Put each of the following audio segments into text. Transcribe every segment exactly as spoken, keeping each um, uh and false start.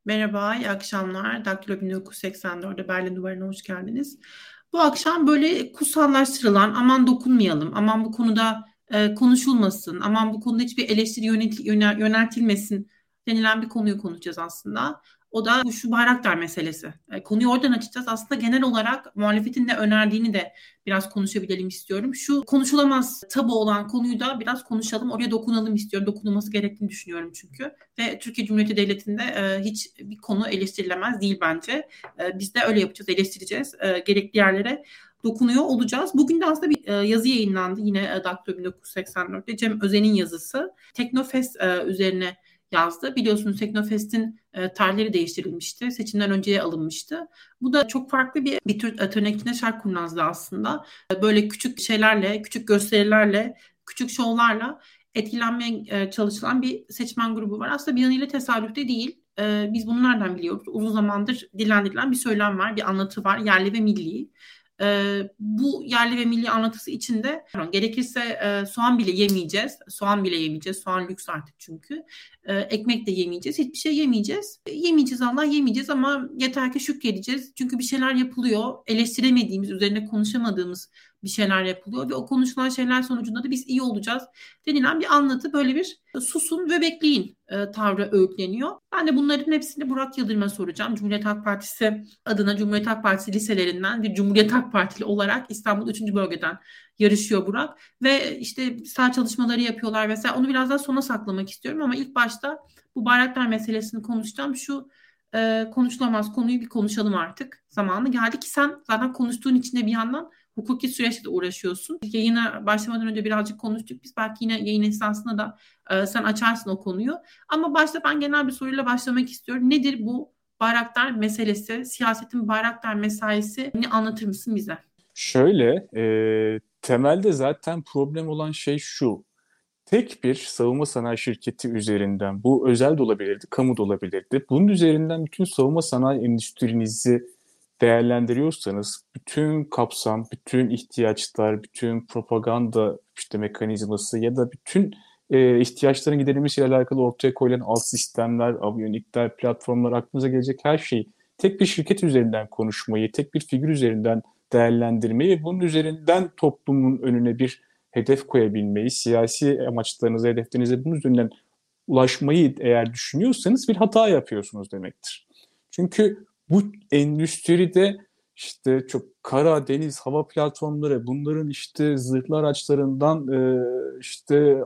Merhaba, iyi akşamlar. Daktilo bin dokuz yüz seksen dörtte Berlin Duvarı'na hoş geldiniz. Bu akşam böyle kutsallaştırılan, aman dokunmayalım, aman bu konuda e, konuşulmasın, aman bu konuda hiçbir eleştiri yönet- yönel- yöneltilmesin denilen bir konuyu konuşacağız aslında. O da bu şu Bayraktar meselesi. E, konuyu oradan açacağız. Aslında genel olarak muhalefetin de önerdiğini de biraz konuşabilelim istiyorum. Şu konuşulamaz tabu olan konuyu da biraz konuşalım, oraya dokunalım istiyorum. Dokunulması gerektiğini düşünüyorum çünkü. Ve Türkiye Cumhuriyeti Devleti'nde e, hiç bir konu eleştirilemez değil bence. E, biz de öyle yapacağız, eleştireceğiz. E, gerekli yerlere dokunuyor olacağız. Bugün de aslında bir e, yazı yayınlandı yine e, Daktilo bin dokuz yüz seksen dörtte. Cem Özen'in yazısı. Teknofest e, üzerine yazdı. Biliyorsunuz Teknofest'in e, tarihleri değiştirilmişti. Seçimden önceye alınmıştı. Bu da çok farklı bir bir tür e, tırnak şark kurnazlığı aslında. E, böyle küçük şeylerle, küçük gösterilerle, küçük şovlarla etkilenmeye e, çalışılan bir seçmen grubu var. Aslında bir yanıyla tesadüf de değil. E, biz bunu nereden biliyoruz? Uzun zamandır dillendirilen bir söylem var, bir anlatı var, yerli ve milli. E, bu yerli ve milli anlatısı içinde pardon, gerekirse e, soğan bile yemeyeceğiz. Soğan bile yemeyeceğiz. Soğan lüks artık çünkü. E, ekmek de yemeyeceğiz. Hiçbir şey yemeyeceğiz. E, yemeyeceğiz Allah yemeyeceğiz ama yeter ki şükredeceğiz. Çünkü bir şeyler yapılıyor. Eleştiremediğimiz, üzerine konuşamadığımız bir şeyler yapılıyor ve o konuşulan şeyler sonucunda da biz iyi olacağız denilen bir anlatı, böyle bir susun ve bekleyin e, tavrı öğütleniyor. Ben de bunların hepsini Burak Yıldırım'a soracağım. Cumhuriyet Halk Partisi adına Cumhuriyet Halk Partisi liselerinden bir Cumhuriyet Halk Partili olarak İstanbul üçüncü bölgeden yarışıyor Burak. Ve işte sağ çalışmaları yapıyorlar vesaire. Onu biraz daha sona saklamak istiyorum ama ilk başta bu Bayraktar meselesini konuşacağım. Şu e, konuşulamaz konuyu bir konuşalım artık. Zamanı geldi ki sen zaten konuştuğun için de bir yandan hukuki süreçle de uğraşıyorsun. Yayına başlamadan önce birazcık konuştuk. Biz belki yine yayın esnasında da e, sen açarsın o konuyu. Ama başta ben genel bir soruyla başlamak istiyorum. Nedir bu Bayraktar meselesi, siyasetin Bayraktar mesaisi? Ne anlatır mısın bize? Şöyle, e, temelde zaten problem olan şey şu. Tek bir savunma sanayi şirketi üzerinden, bu özel de olabilirdi, kamu da olabilirdi. Bunun üzerinden bütün savunma sanayi endüstrinizi değerlendiriyorsanız, bütün kapsam, bütün ihtiyaçlar, bütün propaganda işte mekanizması ya da bütün e, ihtiyaçların giderilmesiyle alakalı ortaya koyulan alt sistemler, aviyonikler, platformlar, aklınıza gelecek her şeyi tek bir şirket üzerinden konuşmayı, tek bir figür üzerinden değerlendirmeyi, bunun üzerinden toplumun önüne bir hedef koyabilmeyi, siyasi amaçlarınıza, hedeflerinize bunun üzerinden ulaşmayı eğer düşünüyorsanız bir hata yapıyorsunuz demektir. Çünkü bu endüstride işte çok kara, deniz, hava platformları, bunların işte zırhlı araçlarından e, işte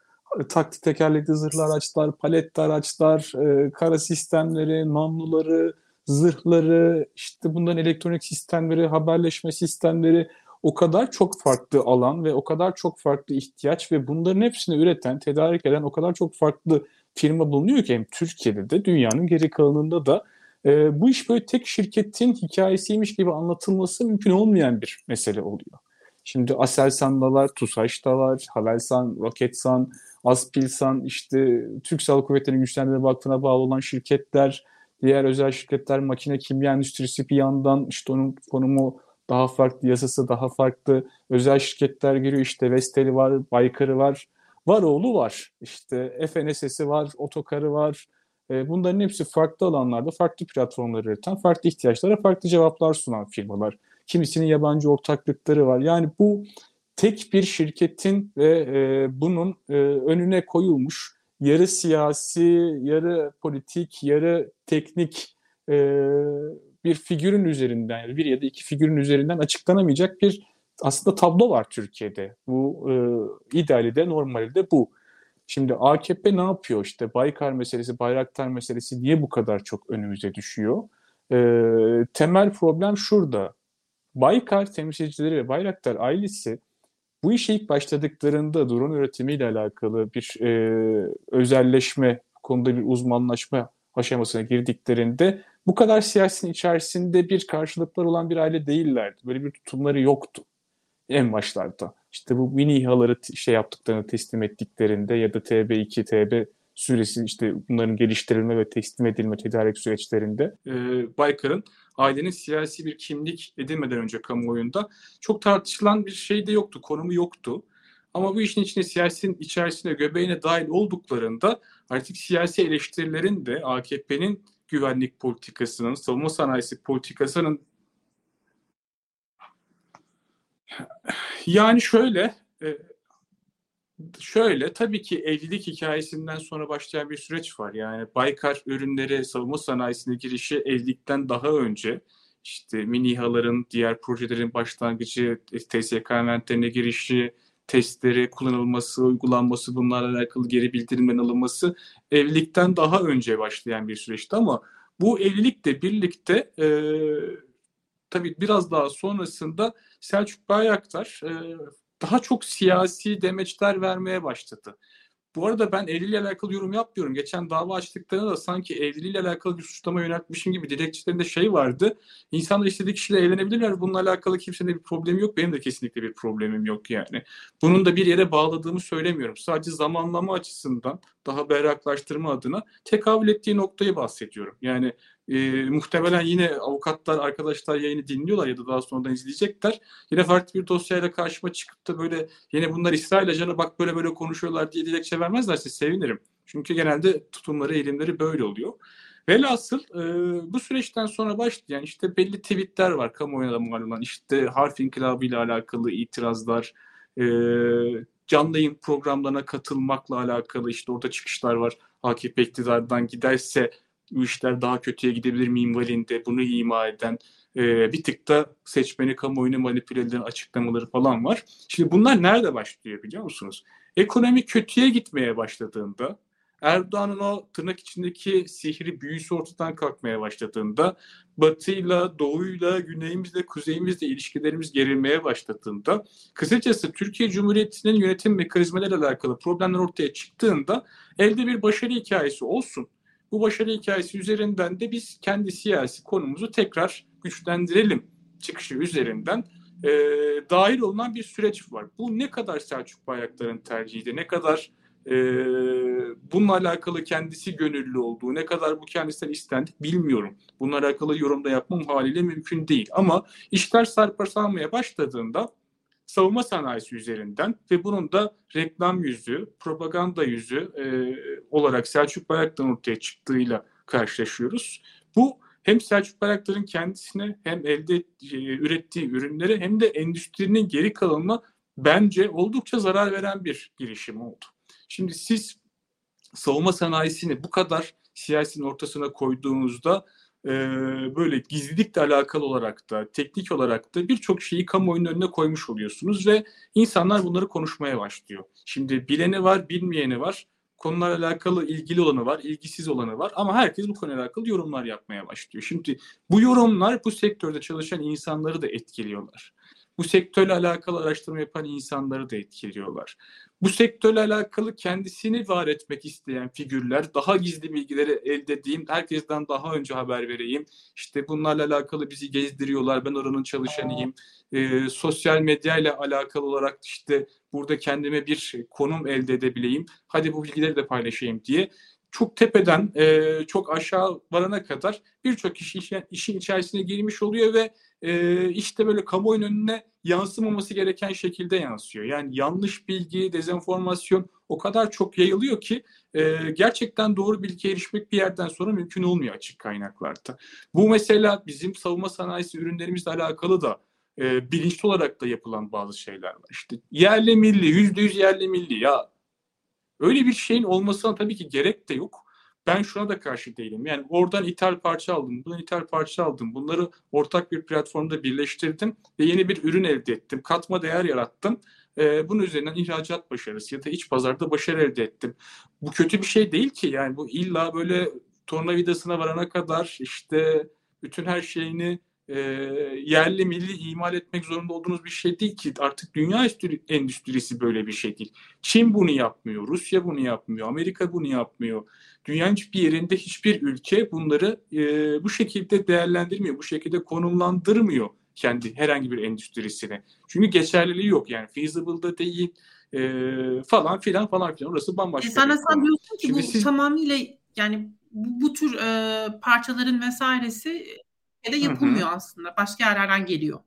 taktik tekerlekli zırhlı araçlar, paletli araçlar, e, kara sistemleri, namluları, zırhları, işte bunların elektronik sistemleri, haberleşme sistemleri, o kadar çok farklı alan ve o kadar çok farklı ihtiyaç ve bunların hepsini üreten, tedarik eden o kadar çok farklı firma bulunuyor ki hem Türkiye'de de dünyanın geri kalanında da e, bu iş böyle tek şirketin hikayesiymiş gibi anlatılması mümkün olmayan bir mesele oluyor. Şimdi Aselsan'da var, TUSAŞ'ta var, Havelsan, Roketsan, Aspilsan, işte Türk Silahlı Kuvvetleri Güçlendirme Vakfı'na bağlı olan şirketler, diğer özel şirketler, makine kimya endüstrisi bir yandan, işte onun konumu daha farklı, yasası daha farklı, özel şirketler giriyor, işte Vestel'i var, Baykar'ı var, Varoğlu var, işte F N S S'i var, Otokar'ı var. E, bunların hepsi farklı alanlarda, farklı platformları üreten, farklı ihtiyaçlara farklı cevaplar sunan firmalar. Kimisinin yabancı ortaklıkları var. Yani bu tek bir şirketin ve e, bunun e, önüne koyulmuş yarı siyasi, yarı politik, yarı teknik e, bir figürün üzerinden, yani bir ya da iki figürün üzerinden açıklanamayacak bir aslında tablo var Türkiye'de. Bu e, ideali de normali de bu. Şimdi A K P ne yapıyor? İşte Baykar meselesi, Bayraktar meselesi niye bu kadar çok önümüze düşüyor? E, temel problem şurada. Baykar temsilcileri ve Bayraktar ailesi bu işe ilk başladıklarında drone üretimiyle alakalı bir e, özelleşme, bu konuda bir uzmanlaşma aşamasına girdiklerinde bu kadar siyasetin içerisinde bir karşılıklar olan bir aile değillerdi. Böyle bir tutumları yoktu en başlarda. İşte bu mini İHA'ları şey yaptıklarını teslim ettiklerinde ya da T B iki, T B süresi işte bunların geliştirilme ve teslim edilme tedarik süreçlerinde e, Baykar'ın ailenin siyasi bir kimlik edinmeden önce kamuoyunda çok tartışılan bir şey de yoktu, konumu yoktu. Ama bu işin içine siyasetin içerisine göbeğine dahil olduklarında artık siyasi eleştirilerin de A K P'nin güvenlik politikasının, savunma sanayisi politikasının yani şöyle e, şöyle tabii ki evlilik hikayesinden sonra başlayan bir süreç var. Yani Baykar ürünleri savunma sanayisine girişi evlilikten daha önce işte mini İHA'ların, diğer projelerin başlangıcı, T S K inventlerine girişi, testleri kullanılması, uygulanması, bunlarla alakalı geri bildirimlerin alınması evlilikten daha önce başlayan bir süreçti ama bu evlilikle birlikte e, tabii biraz daha sonrasında Selçuk Bayraktar e, daha çok siyasi demeçler vermeye başladı. Bu arada ben evliliğiyle alakalı yorum yapmıyorum. Geçen dava açtıklarında da sanki evliliğiyle alakalı bir suçlama yöneltmişim gibi dilekçelerinde şey vardı. İnsanlar istediği kişiyle evlenebilirler. Bununla alakalı kimsenin bir problemi yok. Benim de kesinlikle bir problemim yok yani. Bunun da bir yere bağladığımı söylemiyorum. Sadece zamanlama açısından daha berraklaştırma adına tekabül ettiği noktayı bahsediyorum. Yani e, muhtemelen yine avukatlar, arkadaşlar yayını dinliyorlar ya da daha sonradan izleyecekler. Yine farklı bir dosyayla karşıma çıkıp da böyle yine bunlar İsrail ajanı bak böyle böyle konuşuyorlar diye dilekçe vermezlerse sevinirim. Çünkü genelde tutumları, eğilimleri böyle oluyor. Velhasıl e, bu süreçten sonra başlayan işte belli tweetler var kamuoyuna mal olan işte harf inkılabı ile alakalı itirazlar, e, canlı yayın programlarına katılmakla alakalı işte orada çıkışlar var. A K P iktidardan giderse bu işler daha kötüye gidebilir minvalinde bunu ima eden e, bir tık da seçmeni kamuoyunu manipüle eden açıklamaları falan var. Şimdi bunlar nerede başlıyor biliyor musunuz? Ekonomi kötüye gitmeye başladığında, Erdoğan'ın o tırnak içindeki sihri büyüsü ortadan kalkmaya başladığında, Batı'yla, Doğu'yla, Güneyimizle, Kuzeyimizle ilişkilerimiz gerilmeye başladığında, kısacası Türkiye Cumhuriyeti'nin yönetim mekanizmalarıyla alakalı problemler ortaya çıktığında elde bir başarı hikayesi olsun. Bu başarı hikayesi üzerinden de biz kendi siyasi konumuzu tekrar güçlendirelim çıkışı üzerinden e, dahil olunan bir süreç var. Bu ne kadar Selçuk Bayraktar'ın tercihiydi, ne kadar e, bununla alakalı kendisi gönüllü olduğu, ne kadar bu kendisinden istendi bilmiyorum. Bununla alakalı yorumda yapmam haliyle mümkün değil. Ama işler sarpa başladığında savunma sanayisi üzerinden ve bunun da reklam yüzü, propaganda yüzü e, olarak Selçuk Bayraktar'ın ortaya çıktığıyla karşılaşıyoruz. Bu hem Selçuk Bayraktar'ın kendisine hem elde e, ürettiği ürünlere hem de endüstrinin geri kalanına bence oldukça zarar veren bir girişim oldu. Şimdi siz savunma sanayisini bu kadar siyasetin ortasına koyduğunuzda e, böyle gizlilikle alakalı olarak da teknik olarak da birçok şeyi kamuoyunun önüne koymuş oluyorsunuz ve insanlar bunları konuşmaya başlıyor. Şimdi bileni var, bilmeyeni var. Konularla alakalı ilgili olanı var, ilgisiz olanı var ama herkes bu konuyla alakalı yorumlar yapmaya başlıyor. Şimdi bu yorumlar bu sektörde çalışan insanları da etkiliyorlar. Bu sektörle alakalı araştırma yapan insanları da etkiliyorlar. Bu sektörle alakalı kendisini var etmek isteyen figürler, daha gizli bilgileri elde edeyim, herkesten daha önce haber vereyim, işte bunlarla alakalı bizi gezdiriyorlar, ben oranın çalışanıyım, e, sosyal medya ile alakalı olarak işte burada kendime bir konum elde edebileyim, hadi bu bilgileri de paylaşayım diye çok tepeden e, çok aşağı varana kadar birçok kişi işin, işin içerisine girmiş oluyor ve e, işte böyle kamuoyunun önüne yansımaması gereken şekilde yansıyor. Yani yanlış bilgi, dezenformasyon o kadar çok yayılıyor ki e, gerçekten doğru bilgiye erişmek bir yerden sonra mümkün olmuyor açık kaynaklarda. Bu mesela bizim savunma sanayisi ürünlerimizle alakalı da e, bilinçli olarak da yapılan bazı şeyler var. İşte yerli milli, yüzde yüz yerli milli ya öyle bir şeyin olmasına tabii ki gerek de yok. Ben şuna da karşı değilim. Yani oradan ithal parça aldım, buradan ithal parça aldım. Bunları ortak bir platformda birleştirdim ve yeni bir ürün elde ettim. Katma değer yarattım. Ee, bunun üzerinden ihracat başarısı ya da iç pazarda başarı elde ettim. Bu kötü bir şey değil ki. Yani bu illa böyle tornavidasına varana kadar işte bütün her şeyini e, yerli milli imal etmek zorunda olduğunuz bir şey değil ki. Artık dünya endüstrisi böyle bir şey değil. Çin bunu yapmıyor, Rusya bunu yapmıyor, Amerika bunu yapmıyor. Dünyanın hiçbir yerinde hiçbir ülke bunları e, bu şekilde değerlendirmiyor, bu şekilde konumlandırmıyor kendi herhangi bir endüstrisine. Çünkü geçerliliği yok yani feasible'da değil e, falan filan falan filan. Orası E bambaşka sen, bir sen konu. diyorsun ki Şimdi bu siz tamamıyla yani bu, bu tür e, parçaların vesairesi e, de hı hı. yapılmıyor aslında. Başka yerlerden geliyor.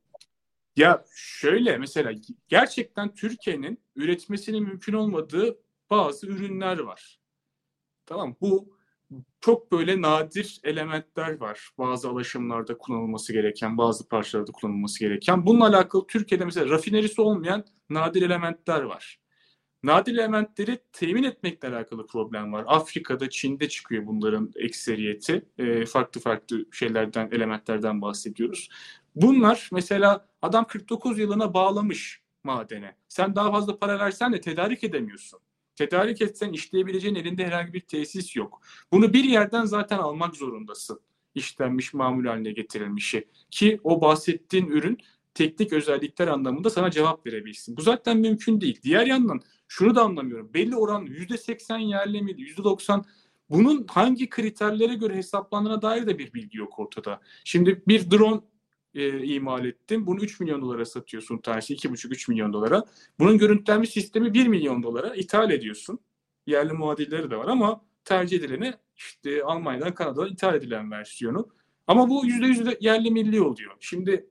Ya şöyle mesela gerçekten Türkiye'nin üretmesinin mümkün olmadığı bazı ürünler var. Tamam bu çok böyle nadir elementler var. Bazı alaşımlarda kullanılması gereken, bazı parçalarda kullanılması gereken. Bununla alakalı Türkiye'de mesela rafinerisi olmayan nadir elementler var. Nadir elementleri temin etmekle alakalı problem var. Afrika'da, Çin'de çıkıyor bunların ekseriyeti. E, farklı farklı şeylerden, elementlerden bahsediyoruz. Bunlar mesela adam kırk dokuz yılına bağlamış madene. Sen daha fazla para versen de tedarik edemiyorsun. Tedarik etsen işleyebileceğin elinde herhangi bir tesis yok. Bunu bir yerden zaten almak zorundasın. İşlenmiş, mamul haline getirilmişi. Ki o bahsettiğin ürün teknik özellikler anlamında sana cevap verebilsin. Bu zaten mümkün değil. Diğer yandan şunu da anlamıyorum. Belli oran yüzde seksen yerli mi, yüzde doksan, bunun hangi kriterlere göre hesaplandığına dair de bir bilgi yok ortada. Şimdi bir drone e, imal ettim. Bunu üç milyon dolara satıyorsun tanesi, iki buçuk üç milyon dolara. Bunun görüntülenme sistemi bir milyon dolara ithal ediyorsun. Yerli muadilleri de var ama tercih edileni işte Almanya'dan, Kanada'dan ithal edilen versiyonu. Ama bu yüzde yüz yerli milli oluyor. Şimdi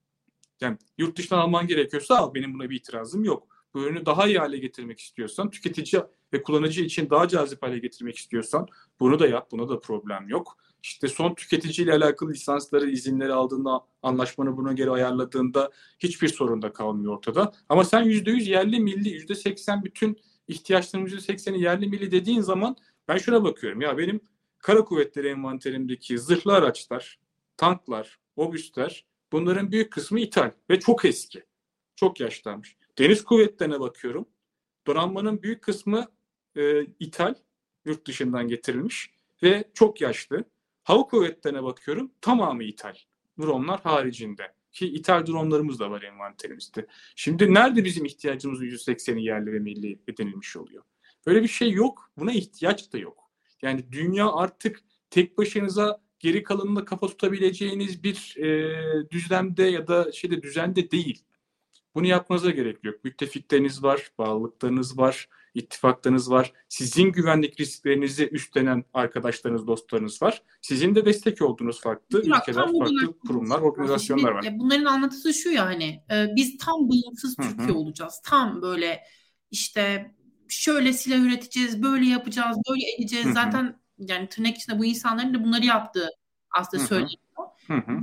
yani yurt dışından alman gerekiyorsa al. Benim buna bir itirazım yok. Bu ürünü daha iyi hale getirmek istiyorsan, tüketici ve kullanıcı için daha cazip hale getirmek istiyorsan bunu da yap. Buna da problem yok. İşte son tüketiciyle alakalı lisansları, izinleri aldığında, anlaşmanı buna göre ayarladığında hiçbir sorun da kalmıyor ortada. Ama sen yüzde yüz yerli milli, yüzde seksen bütün ihtiyaçlarımız yüzde sekseni yerli milli dediğin zaman ben şuna bakıyorum. Ya benim kara kuvvetleri envanterimdeki zırhlı araçlar, tanklar, obüsler, bunların büyük kısmı ithal ve çok eski. Çok yaşlanmış. Deniz kuvvetlerine bakıyorum. Donanmanın büyük kısmı e, ithal, yurt dışından getirilmiş ve çok yaşlı. Hava kuvvetlerine bakıyorum. Tamamı ithal. Dronlar haricinde. Ki ithal dronlarımız da var envanterimizde. Şimdi nerede bizim ihtiyacımızın yüzde sekseni yerli ve milli edinilmiş oluyor? Böyle bir şey yok. Buna ihtiyaç da yok. Yani dünya artık tek başınıza geri kalanında kafa tutabileceğiniz bir e, düzlemde ya da şeyde düzende değil. Bunu yapmanıza gerek yok. Müttefikleriniz var, bağlılıklarınız var, ittifaklarınız var. Sizin güvenlik risklerinizi üstlenen arkadaşlarınız, dostlarınız var. Sizin de destek olduğunuz farklı Bak, ülkeler, tam bu farklı kurumlar, organizasyonlar Şimdi var. e, bunların anlatısı şu ya, hani e, biz tam bağımsız Hı Türkiye hı, olacağız. Tam böyle işte şöyle silah üreteceğiz, böyle yapacağız, böyle hı edeceğiz. hı, Zaten yani tırnak içinde bu insanların da bunları yaptığı aslında hı hı, söyleniyor. hı hı.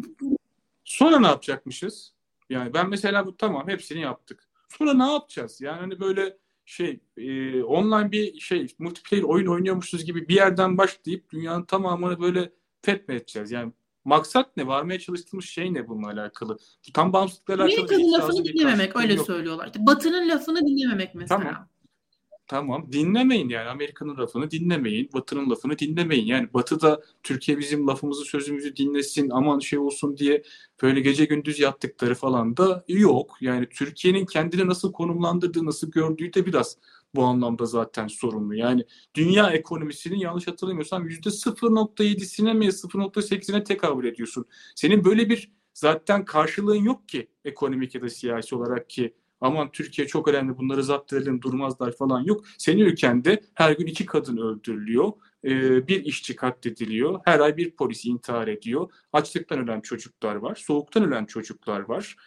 Sonra ne yapacakmışız? Yani ben mesela bu tamam hepsini yaptık. Sonra ne yapacağız? Yani hani böyle şey e, online bir şey multiplayer oyun oynuyormuşuz gibi bir yerden başlayıp dünyanın tamamını böyle fetmedeceğiz. Yani maksat ne? Varmaya çalıştığımız şey ne bununla alakalı? Bu tam bağımsızlıkla alakalı bir Amerika'nın lafını itirazım, bir dinlememek, karşıtlığım öyle yok. söylüyorlar. İşte Batı'nın lafını dinlememek Tamam. mesela. Tamam, dinlemeyin yani Amerika'nın lafını dinlemeyin, Batı'nın lafını dinlemeyin. Yani Batı da Türkiye bizim lafımızı sözümüzü dinlesin, aman şey olsun diye böyle gece gündüz yaptıkları falan da yok. Yani Türkiye'nin kendini nasıl konumlandırdığı, nasıl gördüğü de biraz bu anlamda zaten sorunlu. Yani dünya ekonomisinin yanlış hatırlamıyorsam yüzde sıfır nokta yedisine mi sıfır nokta sekizine tekabül ediyorsun. Senin böyle bir zaten karşılığın yok ki ekonomik ya da siyasi olarak ki aman Türkiye çok önemli bunları zapt edelim durmazlar falan yok. Senin ülkende her gün iki kadın öldürülüyor. Bir işçi katlediliyor. Her ay bir polis intihar ediyor. Açlıktan ölen çocuklar var. Soğuktan ölen çocuklar var.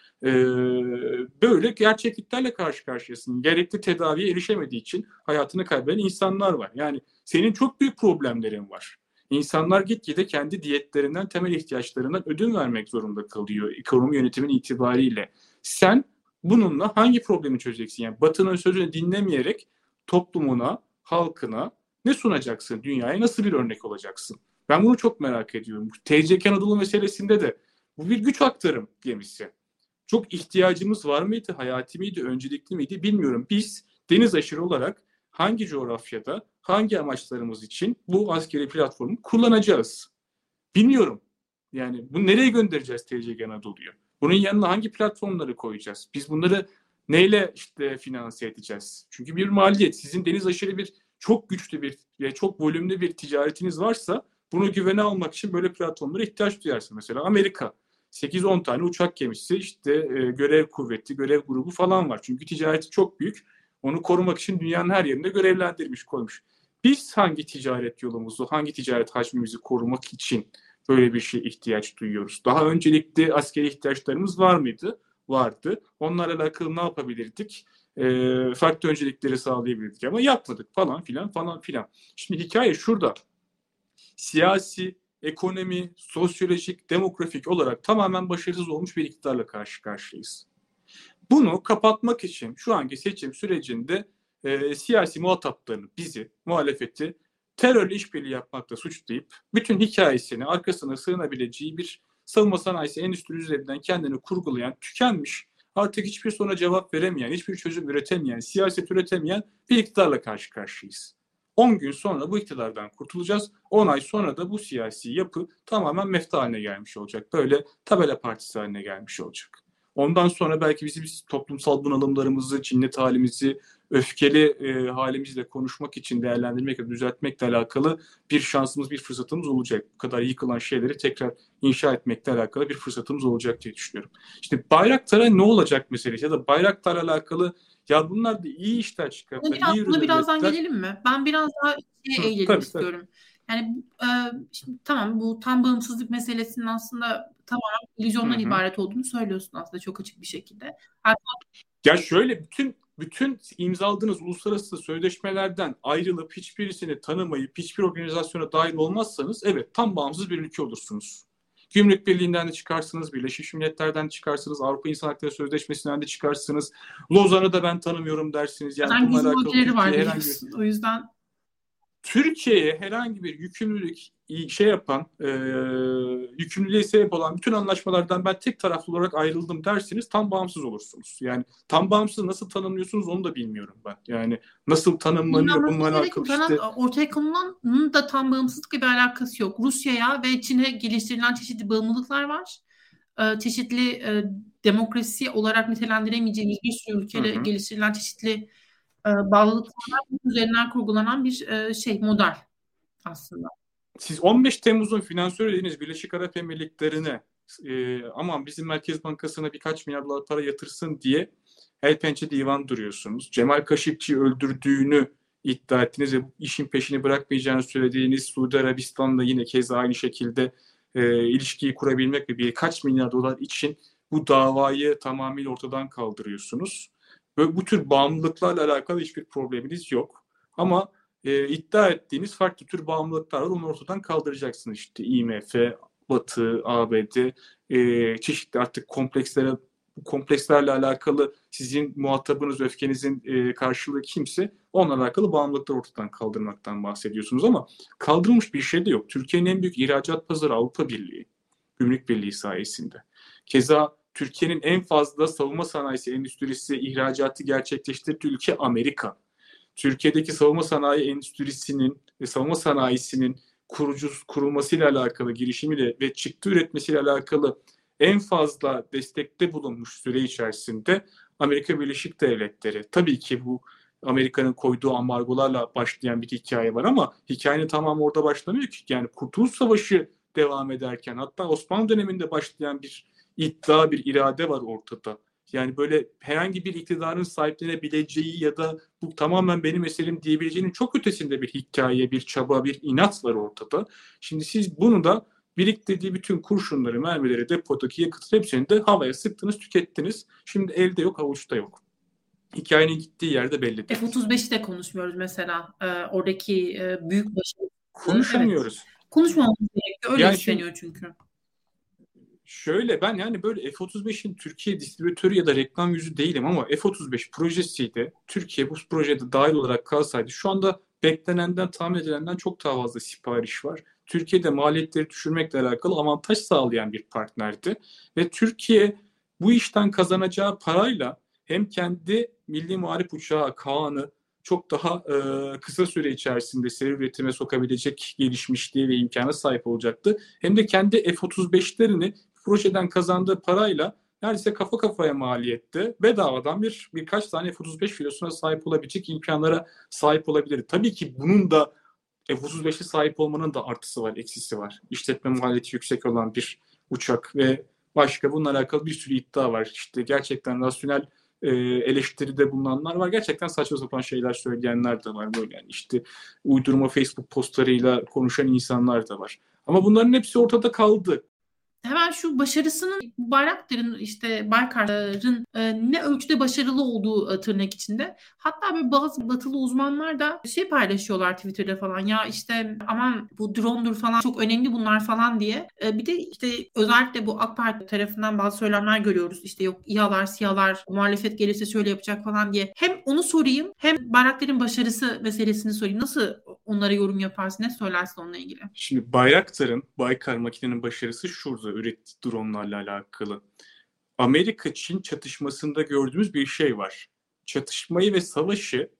Böyle gerçekliklerle karşı karşıyasın. Gerekli tedaviye erişemediği için hayatını kaybeden insanlar var. Yani senin çok büyük problemlerin var. İnsanlar gitgide kendi diyetlerinden, temel ihtiyaçlarından ödün vermek zorunda kalıyor ekonomi yönetimin itibariyle. Sen bununla hangi problemi çözeceksin? Yani Batı'nın sözünü dinlemeyerek toplumuna, halkına ne sunacaksın? Dünyaya nasıl bir örnek olacaksın? Ben bunu çok merak ediyorum. T C K Anadolu meselesinde de bu bir güç aktarım gemisi. Çok ihtiyacımız var mıydı? Hayati miydi? Öncelikli miydi? Bilmiyorum. Biz deniz aşırı olarak hangi coğrafyada, hangi amaçlarımız için bu askeri platformu kullanacağız? Bilmiyorum. Yani bunu nereye göndereceğiz T C G Anadolu'yu? Bunun yanına hangi platformları koyacağız? Biz bunları neyle işte finanse edeceğiz? Çünkü bir maliyet. Sizin deniz aşırı bir çok güçlü bir ve çok volümlü bir ticaretiniz varsa bunu güvene almak için böyle platformlara ihtiyaç duyarsın. Mesela Amerika sekiz on tane uçak gemisi işte e, görev kuvveti, görev grubu falan var. Çünkü ticareti çok büyük. Onu korumak için dünyanın her yerinde görevlendirmiş koymuş. Biz hangi ticaret yolumuzu, hangi ticaret hacmimizi korumak için böyle bir şey ihtiyaç duyuyoruz? Daha öncelikli askeri ihtiyaçlarımız var mıydı? Vardı. Onlarla alakalı ne yapabilirdik? E, farklı öncelikleri sağlayabilirdik ama yapmadık falan filan falan filan. Şimdi hikaye şurada. siyasi, ekonomi, sosyolojik, demografik olarak tamamen başarısız olmuş bir iktidarla karşı karşıyayız. Bunu kapatmak için şu anki seçim sürecinde e, siyasi muhataplarını, bizi, muhalefeti terörle işbirliği yapmakla suçlayıp bütün hikayesini arkasına sığınabileceği bir savunma sanayisi endüstri üzerinden kendini kurgulayan, tükenmiş, artık hiçbir soruna cevap veremeyen, hiçbir çözüm üretemeyen, siyaset üretemeyen bir iktidarla karşı karşıyayız. on gün sonra bu iktidardan kurtulacağız. on ay sonra da bu siyasi yapı tamamen mefta haline gelmiş olacak. Böyle tabela partisi haline gelmiş olacak. Ondan sonra belki bizim toplumsal bunalımlarımızı, cinnet halimizi, öfkeli e, halimizle konuşmak için değerlendirmekle, düzeltmekle alakalı bir şansımız, bir fırsatımız olacak. Bu kadar yıkılan şeyleri tekrar inşa etmekle alakalı bir fırsatımız olacak diye düşünüyorum. İşte Bayraktar'a ne olacak meselesi ya da Bayraktar'la alakalı ya bunlar da iyi işler çıkarttılar, Buna, biraz, iyi buna birazdan ürünler. gelelim mi? Ben biraz daha şeye Hı, eğilelim tabii, istiyorum. Yani e, şimdi tamam, bu tam bağımsızlık meselesinin aslında tamamen illüzyondan tabii. ibaret olduğunu söylüyorsun aslında çok açık bir şekilde. Hatta Ya şöyle bütün bütün imzaladığınız uluslararası sözleşmelerden ayrılıp hiçbirisini tanımayıp hiçbir organizasyona dahil olmazsanız evet tam bağımsız bir ülke olursunuz. Gümrük Birliği'nden de çıkarsınız, Birleşmiş Milletler'den çıkarsınız, Avrupa İnsan Hakları Sözleşmesi'nden de çıkarsınız. Lozan'ı da ben tanımıyorum dersiniz. Yani zaten bununla gizli alakalı ülkeleri var Türkiye herhangi bir biliyorsun. O yüzden Türkiye'ye herhangi bir yükümlülük şey yapan, e, yükümlülüğe sebep olan bütün anlaşmalardan ben tek taraflı olarak ayrıldım derseniz tam bağımsız olursunuz. Yani tam bağımsız nasıl tanımlıyorsunuz onu da bilmiyorum ben. Yani nasıl tanımlanıyor bununla alakalı işte. Ortaya konulanın da tam bağımsızlıkla bir alakası yok. Rusya'ya ve Çin'e geliştirilen çeşitli bağımlılıklar var. Ee, çeşitli e, demokrasi olarak nitelendiremeyeceğimiz bir sürü ülkeyle Hı hı. geliştirilen çeşitli e, bağlılıklar var. Bunun üzerinden kurgulanan bir e, şey model aslında. Siz on beş Temmuz'un finansörü dediğiniz Birleşik Arap Emirlikleri'ne e, aman bizim Merkez Bankası'na birkaç milyar dolar para yatırsın diye el pençe divan duruyorsunuz. Cemal Kaşıkçı'yı öldürdüğünü iddia ettiniz ve bu işin peşini bırakmayacağını söylediğiniz Suudi Arabistan'la yine keza aynı şekilde e, ilişkiyi kurabilmek ve birkaç milyar dolar için bu davayı tamamıyla ortadan kaldırıyorsunuz. Ve bu tür bağımlılıklarla alakalı hiçbir probleminiz yok. Ama e, iddia ettiğiniz farklı tür bağımlılıklar var. Onu ortadan kaldıracaksınız. İşte I M F, Batı, A B D, e, çeşitli artık komplekslere bu komplekslerle alakalı sizin muhatabınız, öfkenizin e, karşılığı kimse onunla alakalı bağımlılıkları ortadan kaldırmaktan bahsediyorsunuz ama kaldırılmış bir şey de yok. Türkiye'nin en büyük ihracat pazarı Avrupa Birliği, Gümrük Birliği sayesinde. Keza Türkiye'nin en fazla savunma sanayisi endüstrisi ihracatı gerçekleştirdiği ülke Amerika. Türkiye'deki savunma sanayi endüstrisinin ve savunma sanayisinin kurucu kurulmasıyla alakalı, girişimiyle ve çıktı üretmesiyle alakalı en fazla destekte bulunmuş süre içerisinde Amerika Birleşik Devletleri. Tabii ki bu Amerika'nın koyduğu ambargolarla başlayan bir hikaye var ama hikayenin tamamı orada başlamıyor ki. Yani Kurtuluş Savaşı devam ederken hatta Osmanlı döneminde başlayan bir iddia, bir irade var ortada. Yani böyle herhangi bir iktidarın sahiplenebileceği ya da bu tamamen benim eserim diyebileceğinin çok ötesinde bir hikaye, bir çaba, bir inat var ortada. Şimdi siz bunu da biriktirdiği bütün kurşunları, mermileri, depodaki yakıtı hepsini de havaya sıktınız, tükettiniz. Şimdi elde yok, avuçta yok. Hikayenin gittiği yerde belli değil. F otuz beşi de konuşmuyoruz mesela. Ee, oradaki e, büyük başarı. Konuşamıyoruz. Evet. Konuşmamamız gerekiyor. Öyle yani isteniyor çünkü. Şöyle ben yani böyle F otuz beşin Türkiye distribütörü ya da reklam yüzü değilim ama F otuz beş projesiydi. Türkiye bu projede dahil olarak kalsaydı şu anda beklenenden, tahmin edilenden çok daha fazla sipariş var. Türkiye'de maliyetleri düşürmekle alakalı avantaj sağlayan bir partnerdi. Ve Türkiye bu işten kazanacağı parayla hem kendi milli muharip uçağı Kaan'ı çok daha e, kısa süre içerisinde seri üretime sokabilecek gelişmişliğe ve imkana sahip olacaktı. Hem de kendi F otuz beşlerini projeden kazandığı parayla neredeyse kafa kafaya maliyette bedavadan bir birkaç tane F otuz beş filosuna sahip olabilecek imkanlara sahip olabilir. Tabii ki bunun da F otuz beşe sahip olmanın da artısı var, eksisi var. İşletme maliyeti yüksek olan bir uçak ve başka bununla alakalı bir sürü iddia var. İşte gerçekten rasyonel e, eleştiride bulunanlar var. Gerçekten saçma sapan şeyler söyleyenler de var. Böyle yani işte uydurma Facebook postlarıyla konuşan insanlar da var. Ama bunların hepsi ortada kaldı. Hemen şu başarısının, Bayraktar'ın, işte Baykar'ın e, ne ölçüde başarılı olduğu e, tırnak içinde. Hatta böyle bazı batılı uzmanlar da şey paylaşıyorlar Twitter'da falan, ya işte aman bu drone'dur falan, çok önemli bunlar falan diye. E, bir de işte özellikle bu AK Parti tarafından bazı söylemler görüyoruz. İşte yok İHA'lar, SİHA'lar, muhalefet gelirse şöyle yapacak falan diye. Hem onu sorayım, hem Bayraktar'ın başarısı meselesini sorayım. Nasıl onlara yorum yaparsın, ne söylersin onunla ilgili? Şimdi Bayraktar'ın, Baykar makinenin başarısı şurada ürettiği dronlarla alakalı. Amerika-Çin çatışmasında gördüğümüz bir şey var. Çatışmayı ve savaşı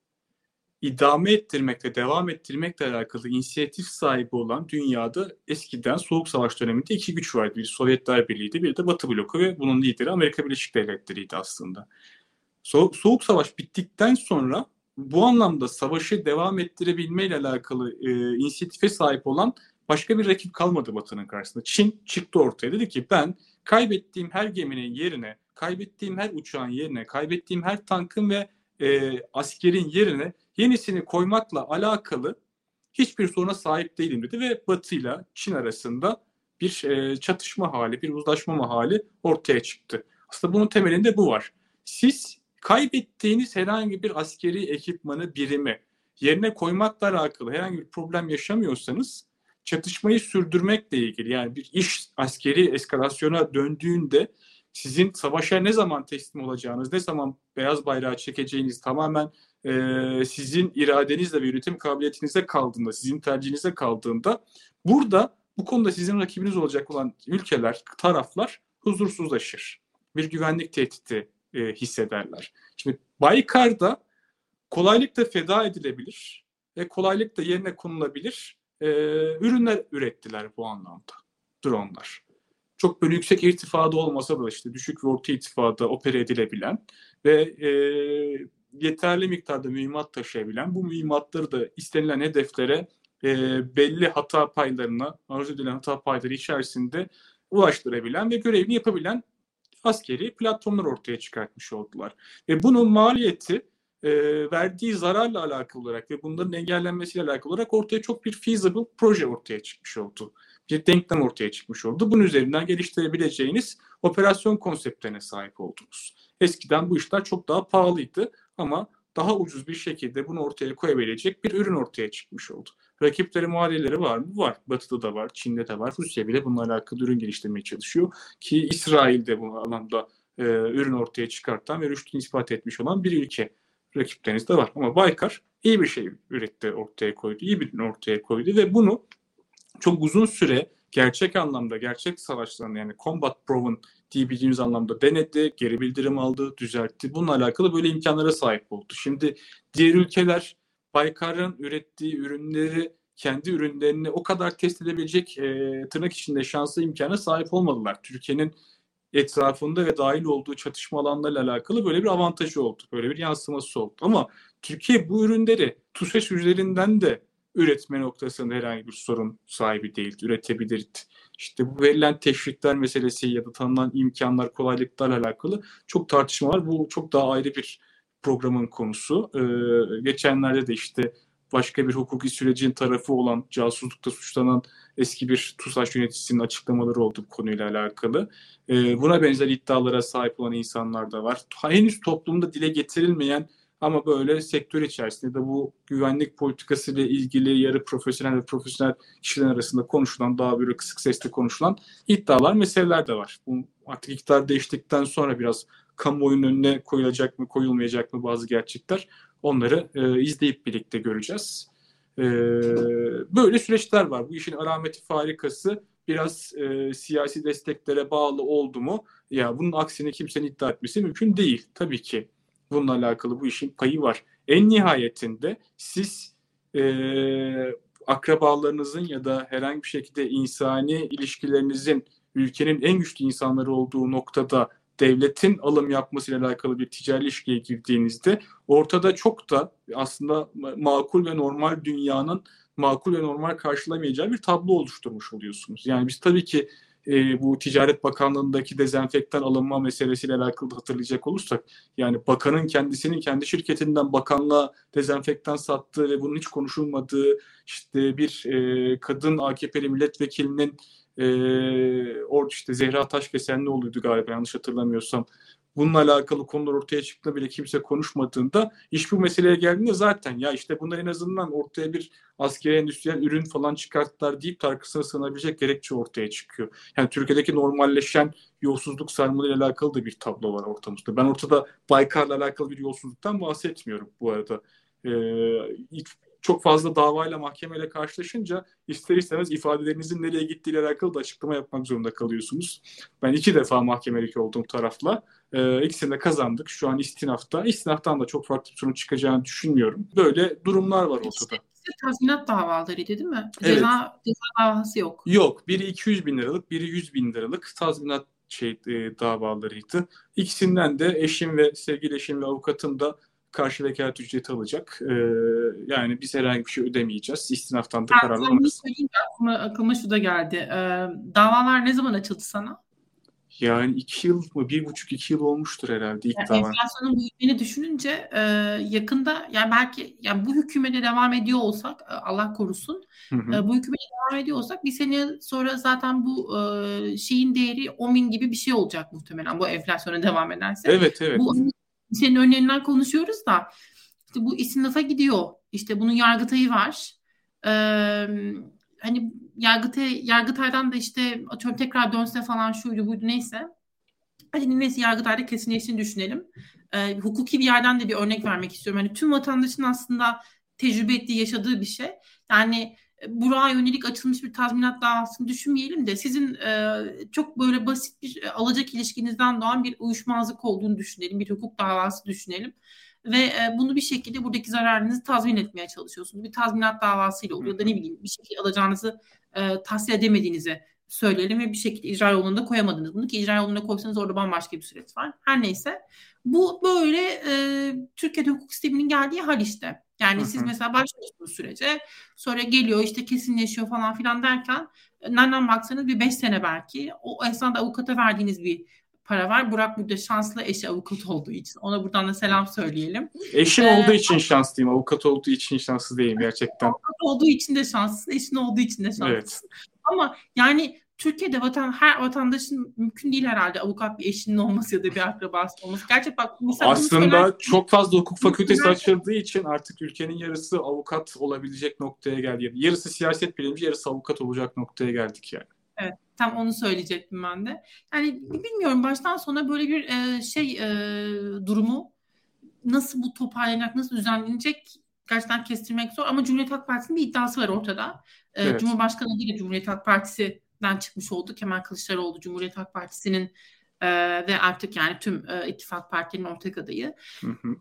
idame ettirmekle, devam ettirmekle alakalı inisiyatif sahibi olan dünyada eskiden Soğuk Savaş döneminde iki güç vardı. Bir Sovyetler Birliği'ydi, bir de Batı bloku ve bunun lideri Amerika Birleşik Devletleri'ydi aslında. So- Soğuk Savaş bittikten sonra bu anlamda savaşı devam ettirebilmeyle alakalı e, inisiyatife sahip olan başka bir rakip kalmadı Batı'nın karşısında. Çin çıktı ortaya, dedi ki ben kaybettiğim her geminin yerine, kaybettiğim her uçağın yerine, kaybettiğim her tankın ve e, askerin yerine yenisini koymakla alakalı hiçbir soruna sahip değilim dedi ve Batı ile Çin arasında bir e, çatışma hali, bir uzlaşma hali ortaya çıktı. Aslında bunun temelinde bu var. Siz kaybettiğiniz herhangi bir askeri ekipmanı, birimi yerine koymakla alakalı herhangi bir problem yaşamıyorsanız, çatışmayı sürdürmekle ilgili, yani bir iş askeri eskalasyona döndüğünde sizin savaşa ne zaman teslim olacağınız, ne zaman beyaz bayrağı çekeceğiniz tamamen e, sizin iradenizle ve yönetim kabiliyetinizde kaldığında, sizin tercihinize kaldığında, burada bu konuda sizin rakibiniz olacak olan ülkeler, taraflar huzursuzlaşır. Bir güvenlik tehdidi e, hissederler. Şimdi Baykar'da kolaylıkla feda edilebilir ve kolaylıkla yerine konulabilir e, ürünler ürettiler bu anlamda. Dronlar. Çok böyle yüksek irtifada olmasa da işte düşük ve orta irtifada opere edilebilen ve e, yeterli miktarda mühimmat taşıyabilen, bu mühimmatları da istenilen hedeflere e, belli hata paylarına, arzu edilen hata payları içerisinde ulaştırabilen ve görevini yapabilen askeri platformlar ortaya çıkartmış oldular. Ve bunun maliyeti e, verdiği zararla alakalı olarak ve bunların engellenmesiyle alakalı olarak ortaya çok bir feasible proje ortaya çıkmış oldu. Bir denklem ortaya çıkmış oldu. Bunun üzerinden geliştirebileceğiniz operasyon konseptlerine sahip oldunuz. Eskiden bu işler çok daha pahalıydı ama daha ucuz bir şekilde bunu ortaya koyabilecek bir ürün ortaya çıkmış oldu. Rakipleri, muadilleri var mı? Var. Batı'da da var, Çin'de de var. Rusya bile bununla alakalı ürün geliştirmeye çalışıyor. Ki İsrail de bu alanda e, ürün ortaya çıkartan ve rüştünü ispat etmiş olan bir ülke. Rakipleriniz de var. Ama Baykar iyi bir şey üretti, ortaya koydu. İyi bir ürün ortaya koydu ve bunu çok uzun süre gerçek anlamda, gerçek savaşlarında, yani combat proven diyebildiğimiz anlamda denedi, geri bildirim aldı, düzeltti. Bununla alakalı böyle imkanlara sahip oldu. Şimdi diğer ülkeler Baykar'ın ürettiği ürünleri, kendi ürünlerini o kadar test edebilecek e, tırnak içinde şanslı imkana sahip olmadılar. Türkiye'nin etrafında ve dahil olduğu çatışma alanlarıyla alakalı böyle bir avantajı oldu. Böyle bir yansıması oldu. Ama Türkiye bu ürünleri TUSAŞ üzerinden de üretme noktasında herhangi bir sorun sahibi değildi. Üretebilirdi. İşte bu verilen teşvikler meselesi ya da tanınan imkanlar, kolaylıklarla alakalı çok tartışma var. Bu çok daha ayrı bir programın konusu. Ee, geçenlerde de işte başka bir hukuki sürecin tarafı olan, casuslukta suçlanan eski bir TUSAŞ yöneticisinin açıklamaları oldu bu konuyla alakalı. Ee, buna benzer iddialara sahip olan insanlar da var. Henüz toplumda dile getirilmeyen ama böyle sektör içerisinde de bu güvenlik politikası ile ilgili yarı profesyonel ve profesyonel kişiler arasında konuşulan, daha böyle kısık sesle konuşulan iddialar, meseleler de var. Bu artık iktidar değiştikten sonra biraz kamuoyunun önüne koyulacak mı, koyulmayacak mı bazı gerçekler, onları e, izleyip birlikte göreceğiz. E, böyle süreçler var. Bu işin alameti farikası biraz e, siyasi desteklere bağlı oldu mu? Ya bunun aksine kimsenin iddia etmesi mümkün değil. Tabii ki bununla alakalı bu işin payı var. En nihayetinde siz e, akrabalarınızın ya da herhangi bir şekilde insani ilişkilerinizin ülkenin en güçlü insanları olduğu noktada devletin alım yapmasıyla alakalı bir ticari ilişkiye girdiğinizde ortada çok da aslında makul ve normal dünyanın makul ve normal karşılamayacağı bir tablo oluşturmuş oluyorsunuz. Yani biz tabii ki e, bu Ticaret Bakanlığı'ndaki dezenfektan alınma meselesiyle alakalı hatırlayacak olursak, yani bakanın kendisinin kendi şirketinden bakanlığa dezenfektan sattığı ve bunun hiç konuşulmadığı, işte bir e, kadın A K P'li milletvekilinin Ee, orada işte Zehra Taşkesenlioğlu'ydu galiba, yanlış hatırlamıyorsam. Bununla alakalı konular ortaya çıktığında bile kimse konuşmadığında, iş bu meseleye geldiğinde zaten ya işte bunlar en azından ortaya bir askeri endüstriyel ürün falan çıkarttılar deyip arkasına sığınabilecek gerekçe ortaya çıkıyor. Yani Türkiye'deki normalleşen yolsuzluk sarmalıyla alakalı da bir tablo var ortamızda. Ben ortada Baykar'la alakalı bir yolsuzluktan bahsetmiyorum bu arada. Ee, çok fazla davayla, mahkemeyle karşılaşınca ister istemez ifadelerinizin nereye gittiğiyle alakalı da açıklama yapmak zorunda kalıyorsunuz. Ben iki defa mahkemelik olduğum tarafla e, ikisini de kazandık. Şu an istinafta. İstinaftan da çok farklı bir sonuç çıkacağını düşünmüyorum. Böyle durumlar var İkisi, ortada. ikisi tazminat davalarıydı değil mi? Evet. Ceza, ceza davası yok. Yok. Biri iki yüz bin liralık, biri yüz bin liralık tazminat şey e, davalarıydı. İkisinden de eşim ve sevgili eşim ve avukatım da karşı vekalet ücreti alacak. Ee, yani biz herhangi bir şey ödemeyeceğiz. İstinaftan da kararlar Ben bunu alırız. söyleyeyim de aklıma, aklıma şu da geldi. Ee, davalar ne zaman açıldı sana? Yani iki yıl mı? Bir buçuk iki yıl olmuştur herhalde ilk Yani dava. enflasyonun büyüdüğünü düşününce e, yakında, yani belki yani bu hükümete devam ediyor olsak, e, Allah korusun, Hı hı. e, bu hükümete devam ediyor olsak bir sene sonra zaten bu e, şeyin değeri on bin gibi bir şey olacak muhtemelen, bu enflasyona devam ederse. Evet, evet. Bu senin örneğinden konuşuyoruz da işte bu istinafa gidiyor. İşte bunun Yargıtay'ı var. E, hani Yargıtay, Yargıtay'dan da işte atıyorum tekrar dönse falan, şuydu buydu neyse. Hadi neyse, Yargıtay'da kesinleştiğini düşünelim. E, hukuki bir yerden de bir örnek vermek istiyorum. Hani tüm vatandaşın aslında tecrübe ettiği, yaşadığı bir şey. Yani e, Burak'a yönelik açılmış bir tazminat davasını düşünmeyelim de sizin e, çok böyle basit bir e, alacak ilişkinizden doğan bir uyuşmazlık olduğunu düşünelim. Bir hukuk davası düşünelim. Ve e, bunu bir şekilde buradaki zararınızı tazmin etmeye çalışıyorsunuz. Bir tazminat davasıyla oluyor da ne bileyim bir şekilde alacağınızı e, tahsil edemediğinizi söyleyelim ve bir şekilde icra yolunda koyamadınız bunu, ki icra yoluna koysanız orada bambaşka bir süreç var. Her neyse. Bu böyle e, Türkiye'de hukuk sisteminin geldiği hal işte. Yani Hı siz hı. mesela başlıyorsunuz sürece, sonra geliyor işte kesinleşiyor falan filan derken e, nereden baksanız bir beş sene belki. O esnada avukata verdiğiniz bir para var. Burak burada şanslı, eşi avukat olduğu için. Ona buradan da selam söyleyelim. Eşim Ee, olduğu için şanslıyım. Avukat olduğu için şanslı değilim gerçekten. Avukat olduğu için de şanslısın, eşin olduğu için de şanslısın. Evet. Ama yani Türkiye'de vatan, her vatandaşın mümkün değil herhalde avukat bir eşinin olması ya da bir akrabası olması. Gerçi bak mesela bunu Aslında söylerken, çok fazla hukuk fakültesi açıldığı için artık ülkenin yarısı avukat olabilecek noktaya geldi. Yarısı siyaset bilimci, yarısı avukat olacak noktaya geldik yani. evet, tam onu söyleyecektim ben de. Yani bilmiyorum, baştan sona böyle bir e, şey e, durumu nasıl bu toparlanacak, nasıl düzenlenecek gerçekten kestirmek zor. Ama Cumhuriyet Halk Partisi'nin bir iddiası var ortada. E, Evet. Cumhurbaşkanı değil de Cumhuriyet Halk Partisi'den çıkmış oldu. Kemal Kılıçdaroğlu Cumhuriyet Halk Partisi'nin e, ve artık yani tüm e, ittifak partilerinin ortak adayı. Hı hı.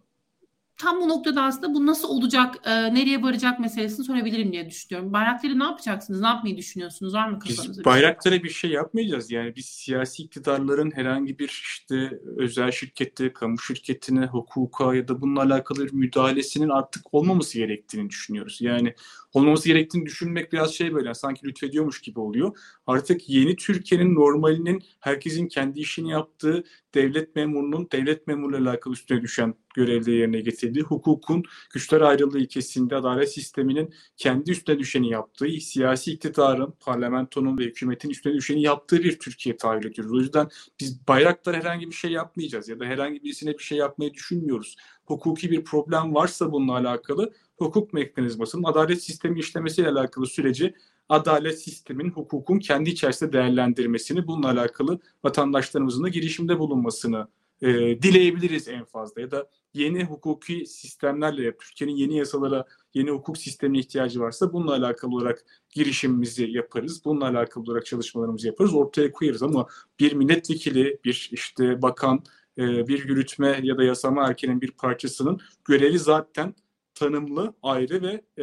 Tam bu noktada aslında bu nasıl olacak, e, nereye varacak meselesini sorabilirim diye düşünüyorum. Bayraktar'ı ne yapacaksınız, ne yapmayı düşünüyorsunuz? Var mı kafanızda Biz bir şey? Bayraktar'a bir şey yapmayacağız. Yani biz siyasi iktidarların herhangi bir işte özel şirkette, kamu şirketine, hukuka ya da bununla alakalı bir müdahalesinin artık olmaması gerektiğini düşünüyoruz. Yani olmaması gerektiğini düşünmek biraz şey, böyle sanki lütfediyormuş gibi oluyor. Artık yeni Türkiye'nin normalinin herkesin kendi işini yaptığı, devlet memurunun devlet memuruyla alakalı üstüne düşen görevleri yerine getirdiği, hukukun güçler ayrılığı ilkesinde adalet sisteminin kendi üstüne düşeni yaptığı, siyasi iktidarın, parlamentonun ve hükümetin üstüne düşeni yaptığı bir Türkiye tahayyül ediyoruz. O yüzden biz Bayraktar herhangi bir şey yapmayacağız ya da herhangi birisine bir şey yapmayı düşünmüyoruz. Hukuki bir problem varsa bununla alakalı hukuk mekanizmasının adalet sistemi işlemesiyle alakalı süreci adalet sistemin, hukukun kendi içerisinde değerlendirmesini, bununla alakalı vatandaşlarımızın da girişimde bulunmasını e, dileyebiliriz en fazla. Ya da yeni hukuki sistemlerle, Türkiye'nin yeni yasalara, yeni hukuk sistemine ihtiyacı varsa bununla alakalı olarak girişimimizi yaparız. Bununla alakalı olarak çalışmalarımızı yaparız, ortaya koyarız. Ama bir milletvekili, bir işte bakan, bir yürütme ya da yasama erkenin bir parçasının görevi zaten tanımlı, ayrı ve e,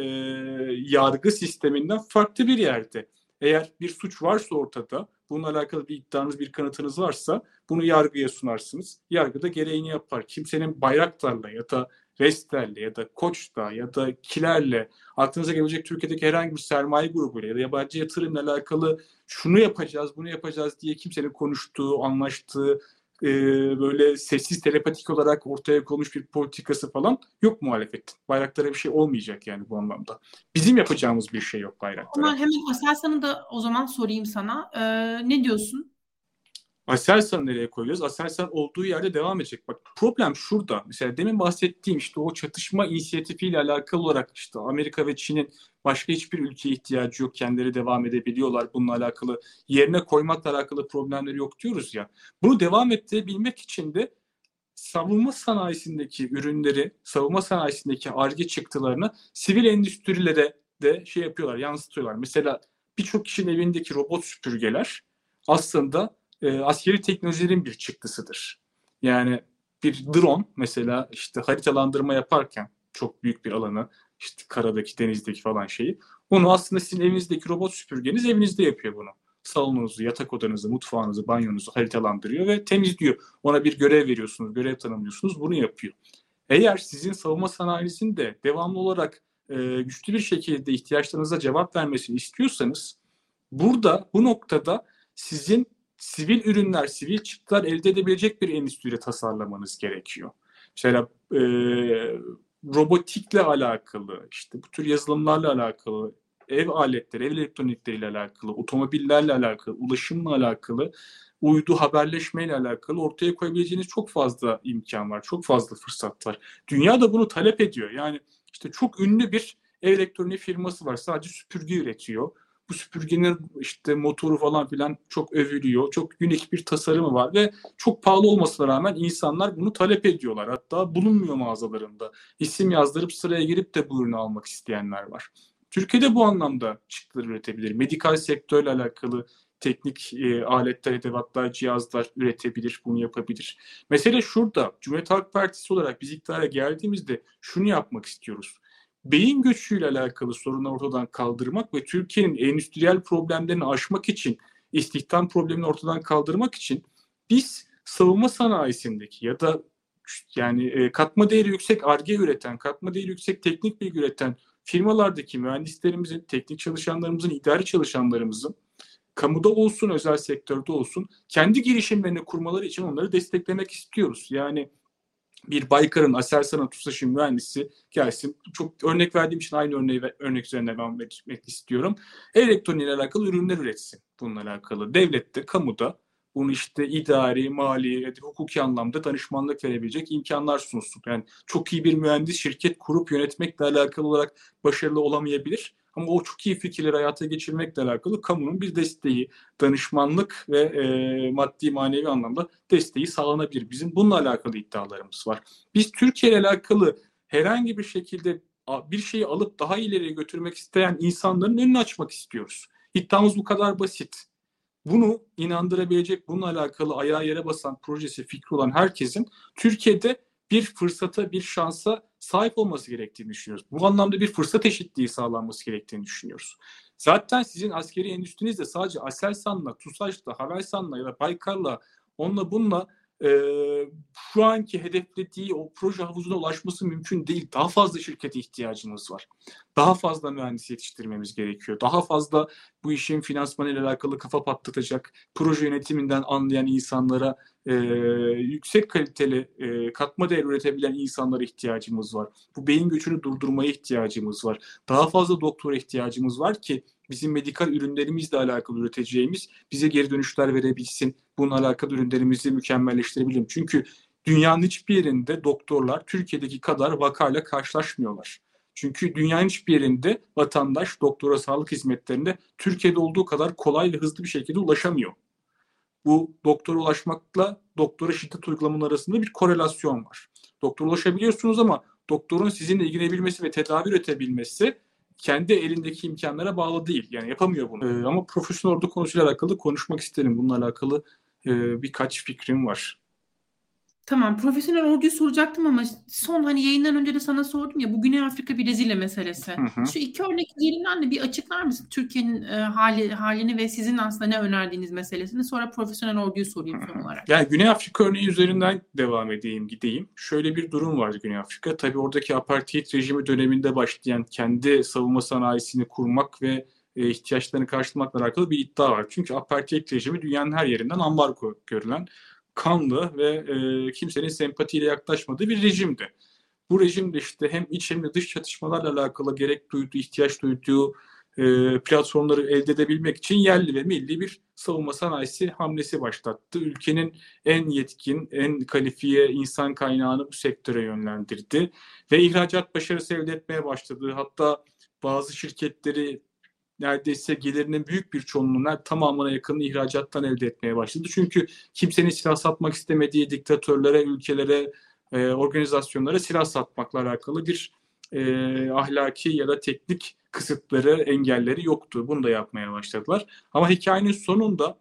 yargı sisteminden farklı bir yerde. Eğer bir suç varsa ortada, bununla alakalı bir iddianız, bir kanıtınız varsa bunu yargıya sunarsınız. Yargı da gereğini yapar. Kimsenin Bayraktar'la ya da Vestel'le ya da Koç'la ya da Kiler'le, aklınıza gelebilecek Türkiye'deki herhangi bir sermaye grubuyla ya da yabancı yatırımla alakalı şunu yapacağız, bunu yapacağız diye kimsenin konuştuğu, anlaştığı e, böyle sessiz telepatik olarak ortaya konmuş bir politikası falan yok muhalefetin. Bayraklara bir şey olmayacak yani bu anlamda. Bizim yapacağımız bir şey yok O zaman bayraklara. hemen Aselsan'ı da o zaman sorayım sana. Ee, ne diyorsun? Aselsan'ı nereye koyuyoruz? Aselsan olduğu yerde devam edecek. Bak problem şurada. Mesela demin bahsettiğim işte o çatışma inisiyatifiyle alakalı olarak işte Amerika ve Çin'in başka hiçbir ülkeye ihtiyacı yok. Kendileri devam edebiliyorlar. Bununla alakalı yerine koymakla alakalı problemleri yok diyoruz ya. Bunu devam ettirebilmek için de savunma sanayisindeki ürünleri, savunma sanayisindeki Ar-Ge çıktılarını sivil endüstrilere de şey yapıyorlar, yansıtıyorlar. Mesela birçok kişinin evindeki robot süpürgeler aslında e, askeri teknolojilerin bir çıktısıdır. Yani bir drone mesela işte haritalandırma yaparken çok büyük bir alanı işte karadaki, denizdeki falan şeyi onu aslında sizin evinizdeki robot süpürgeniz evinizde yapıyor bunu. Salonunuzu, yatak odanızı, mutfağınızı, banyonuzu haritalandırıyor ve temizliyor. Ona bir görev veriyorsunuz, görev tanımlıyorsunuz, bunu yapıyor. Eğer sizin savunma sanayinizin de devamlı olarak e, güçlü bir şekilde ihtiyaçlarınıza cevap vermesini istiyorsanız burada bu noktada sizin sivil ürünler, sivil çıktılar elde edebilecek bir endüstri tasarlamanız gerekiyor. Mesela e, robotikle alakalı, işte bu tür yazılımlarla alakalı, ev aletleri, ev elektronikleriyle alakalı, otomobillerle alakalı, ulaşımla alakalı, uydu haberleşmeyle alakalı ortaya koyabileceğiniz çok fazla imkan var, çok fazla fırsat var. Dünya da bunu talep ediyor. Yani işte çok ünlü bir ev elektronik firması var, sadece süpürge üretiyor. Bu süpürgenin işte motoru falan filan çok övülüyor. Çok unik bir tasarımı var ve çok pahalı olmasına rağmen insanlar bunu talep ediyorlar. Hatta bulunmuyor mağazalarında. İsim yazdırıp sıraya girip de bu ürünü almak isteyenler var. Türkiye'de bu anlamda çıktılar üretebilir. Medikal sektörle alakalı teknik e, aletler, edevatlar, cihazlar üretebilir, bunu yapabilir. Mesele şurada. Cumhuriyet Halk Partisi olarak biz iktidara geldiğimizde şunu yapmak istiyoruz. Beyin göçüyle alakalı sorunu ortadan kaldırmak ve Türkiye'nin endüstriyel problemlerini aşmak için, istihdam problemini ortadan kaldırmak için biz savunma sanayisindeki ya da yani e, katma değeri yüksek Ar-Ge üreten, katma değeri yüksek teknik bilgi üreten firmalardaki mühendislerimizin, teknik çalışanlarımızın, idari çalışanlarımızın kamuda olsun, özel sektörde olsun kendi girişimlerini kurmaları için onları desteklemek istiyoruz. Yani bir Baykar'ın, Aselsan'ın, TUSAŞ'ın mühendisi gelsin. Çok örnek verdiğim için aynı örneği örnek üzerine devam etmek istiyorum. Elektronik ile alakalı ürünler üretsin bununla alakalı. Devlette, kamuda bunu işte idari, mali, hukuki anlamda danışmanlık verebilecek imkanlar sunsun. Yani çok iyi bir mühendis şirket kurup yönetmekle alakalı olarak başarılı olamayabilir. Ama o çok iyi fikirleri hayata geçirmekle alakalı kamunun bir desteği, danışmanlık ve e, maddi manevi anlamda desteği sağlanabilir. Bizim bununla alakalı iddialarımız var. Biz Türkiye ile alakalı herhangi bir şekilde bir şeyi alıp daha ileriye götürmek isteyen insanların önünü açmak istiyoruz. İddiamız bu kadar basit. Bunu inandırabilecek, bununla alakalı ayağı yere basan projesi, fikri olan herkesin Türkiye'de bir fırsata, bir şansa sahip olması gerektiğini düşünüyoruz. Bu anlamda bir fırsat eşitliği sağlanması gerektiğini düşünüyoruz. Zaten sizin askeri endüstrinizde sadece Aselsan'la, TUSAŞ'la, Havelsan'la ya da Baykar'la, onunla bununla e, şu anki hedeflediği o proje havuzuna ulaşması mümkün değil. Daha fazla şirkete ihtiyacımız var. Daha fazla mühendis yetiştirmemiz gerekiyor. Daha fazla bu işin finansmanıyla alakalı kafa patlatacak, proje yönetiminden anlayan insanlara, e, yüksek kaliteli e, katma değer üretebilen insanlara ihtiyacımız var. Bu beyin göçünü durdurmaya ihtiyacımız var. Daha fazla doktora ihtiyacımız var ki bizim medikal ürünlerimizle alakalı üreteceğimiz bize geri dönüşler verebilsin. Bununla alakalı ürünlerimizi mükemmelleştirebilelim. Çünkü dünyanın hiçbir yerinde doktorlar Türkiye'deki kadar vakayla karşılaşmıyorlar. Çünkü dünyanın hiçbir yerinde vatandaş doktora sağlık hizmetlerinde Türkiye'de olduğu kadar kolay ve hızlı bir şekilde ulaşamıyor. Bu doktora ulaşmakla doktora şiddet uygulamanın arasında bir korelasyon var. Doktora ulaşabiliyorsunuz ama doktorun sizinle ilgilenebilmesi ve tedavi üretebilmesi kendi elindeki imkanlara bağlı değil. Yani yapamıyor bunu. Ee, ama profesyonel ordu konusuyla alakalı konuşmak isterim. Bununla alakalı e, birkaç fikrim var. Tamam, profesyonel orduyu soracaktım ama son hani yayından önce de sana sordum ya, bu Güney Afrika Brezilya meselesi. Hı hı. Şu iki örnek üzerinden de bir açıklar mısın Türkiye'nin e, hali halini ve sizin aslında ne önerdiğiniz meselesini, sonra profesyonel orduyu sorayım son olarak. Yani Güney Afrika örneği üzerinden devam edeyim, gideyim. Şöyle bir durum var Güney Afrika. Tabii oradaki apartheid rejimi döneminde başlayan kendi savunma sanayisini kurmak ve e, ihtiyaçlarını karşılamakla alakalı bir iddia var. Çünkü apartheid rejimi dünyanın her yerinden ambargo görülen, kanlı ve e, kimsenin sempatiyle yaklaşmadığı bir rejimdi. Bu rejim de işte hem iç hem de dış çatışmalarla alakalı gerek duyduğu, ihtiyaç duyduğu e, platformları elde edebilmek için yerli ve milli bir savunma sanayisi hamlesi başlattı. Ülkenin en yetkin, en kalifiye insan kaynağını bu sektöre yönlendirdi ve ihracat başarısı elde etmeye başladı. Hatta bazı şirketleri neredeyse gelirinin büyük bir çoğunluğuna, tamamına yakın ihracattan elde etmeye başladı. Çünkü kimsenin silah satmak istemediği diktatörlere, ülkelere, e, organizasyonlara silah satmakla alakalı bir e, ahlaki ya da teknik kısıtları, engelleri yoktu. Bunu da yapmaya başladılar. Ama hikayenin sonunda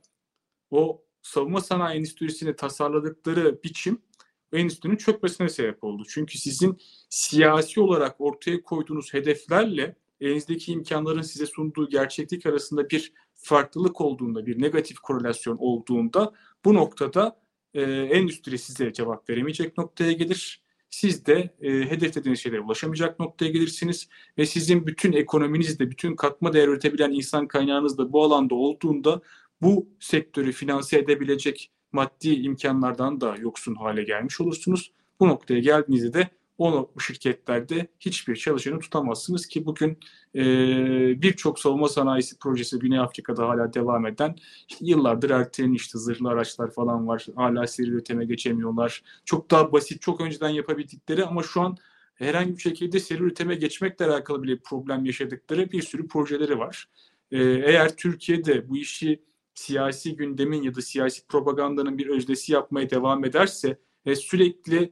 o savunma sanayi endüstrisini tasarladıkları biçim endüstrinin çökmesine sebep oldu. Çünkü sizin siyasi olarak ortaya koyduğunuz hedeflerle elinizdeki imkanların size sunduğu gerçeklik arasında bir farklılık olduğunda, bir negatif korelasyon olduğunda bu noktada e, endüstri size cevap veremeyecek noktaya gelir. Siz de e, hedeflediğiniz şeylere ulaşamayacak noktaya gelirsiniz ve sizin bütün ekonominizde, bütün katma değer üretebilen insan kaynağınız da bu alanda olduğunda bu sektörü finanse edebilecek maddi imkanlardan da yoksun hale gelmiş olursunuz. Bu noktaya geldiğinizde de o şirketlerde hiçbir çalışanı tutamazsınız ki bugün e, birçok savunma sanayisi projesi Güney Afrika'da hala devam eden, işte yıllardır ertelenmişti, zırhlı araçlar falan var. Hala seri üretime geçemiyorlar. Çok daha basit, çok önceden yapabildikleri ama şu an herhangi bir şekilde seri üretime geçmekle alakalı bile problem yaşadıkları bir sürü projeleri var. E, eğer Türkiye'de bu işi siyasi gündemin ya da siyasi propagandanın bir öznesi yapmaya devam ederse ve sürekli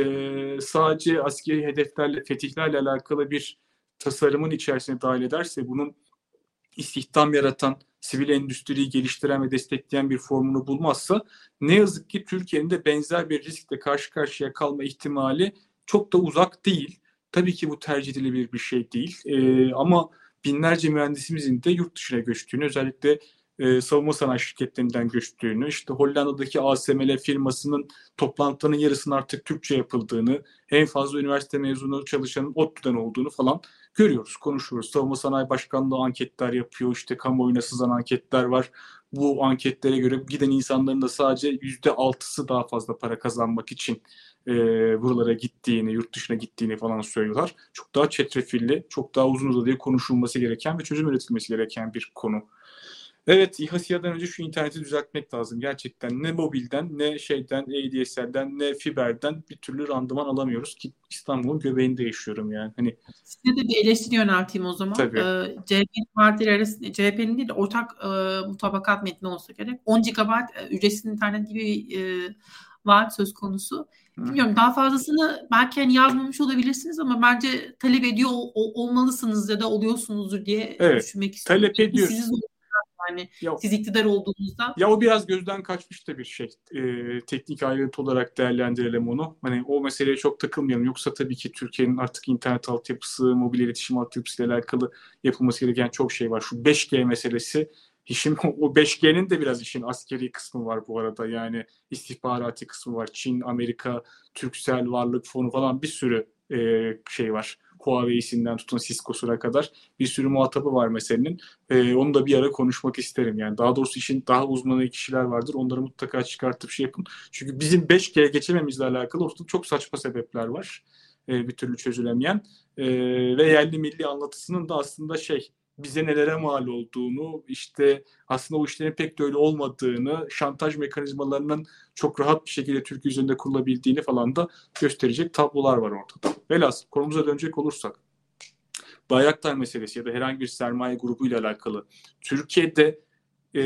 e, sadece askeri hedeflerle, fetihlerle alakalı bir tasarımın içerisine dahil ederse, bunun istihdam yaratan, sivil endüstriyi geliştiren ve destekleyen bir formunu bulmazsa, ne yazık ki Türkiye'nin de benzer bir riskle karşı karşıya kalma ihtimali çok da uzak değil. Tabii ki bu tercih edilebilir bir şey değil. E, ama binlerce mühendisimizin de yurt dışına göçtüğünü, özellikle e, savunma sanayi şirketlerinden göçtüğünü, işte Hollanda'daki A S M L firmasının toplantılarının yarısının artık Türkçe yapıldığını, en fazla üniversite mezunu çalışanın ODTÜ'den olduğunu falan görüyoruz, konuşuyoruz. Savunma Sanayi Başkanlığı anketler yapıyor, işte kamuoyuna sızan anketler var. Bu anketlere göre giden insanların da sadece yüzde altısı daha fazla para kazanmak için e, buralara gittiğini, yurt dışına gittiğini falan söylüyorlar. Çok daha çetrefilli, çok daha uzun uzadıya konuşulması gereken ve çözüm üretilmesi gereken bir konu. Evet, İHA SİHA'dan önce şu interneti düzeltmek lazım. Gerçekten ne mobilden, ne şeyden, A D S L'den, ne fiberden bir türlü randıman alamıyoruz ki İstanbul'un göbeğinde yaşıyorum yani. Hani Size de bir eleştiri yönelteyim o zaman. tabii. Ee, C H P'nin partileri arasında, C H P'nin değil de ortak e, mutabakat metni olsa gerek. on gigabayt e, ücretsiz internet gibi bir e, vaat söz konusu. Hı. Bilmiyorum, daha fazlasını belki hani yazmamış olabilirsiniz ama bence talep ediyor ol- olmalısınız ya da oluyorsunuzdur diye Evet, düşünmek istiyorum. talep Çünkü sizi ediyoruz. zorluyor yani, Ya, siz iktidar olduğunuzda. ya o biraz gözden kaçmış da bir şey. Ee, teknik ayrıntı olarak değerlendirelim onu. Hani o meseleye çok takılmayalım. Yoksa tabii ki Türkiye'nin artık internet altyapısı, mobil iletişim altyapısıyla alakalı yapılması gereken çok şey var. Şu beş G meselesi, işin o beş G'nin de biraz işin askeri kısmı var bu arada. Yani istihbarati kısmı var. Çin, Amerika, Turkcell Varlık Fonu falan bir sürü e, şey var. Huawei'sinden tutun Cisco'suna kadar bir sürü muhatabı var meselenin. Ee, onu da bir ara konuşmak isterim yani. Daha doğrusu işin daha uzmanı kişiler vardır. Onları mutlaka çıkartıp şey yapın. Çünkü bizim beş G'ye geçememizle alakalı ortada çok saçma sebepler var. Ee, bir türlü çözülemeyen. Ee, ve yerli milli anlatısının da aslında şey, bize nelere mal olduğunu, işte aslında o işlerin pek de öyle olmadığını, şantaj mekanizmalarının çok rahat bir şekilde Türkiye üzerinde kurulabildiğini falan da gösterecek tablolar var ortada. Velhasıl konumuza dönecek olursak, Bayraktar meselesi ya da herhangi bir sermaye grubuyla alakalı Türkiye'de e,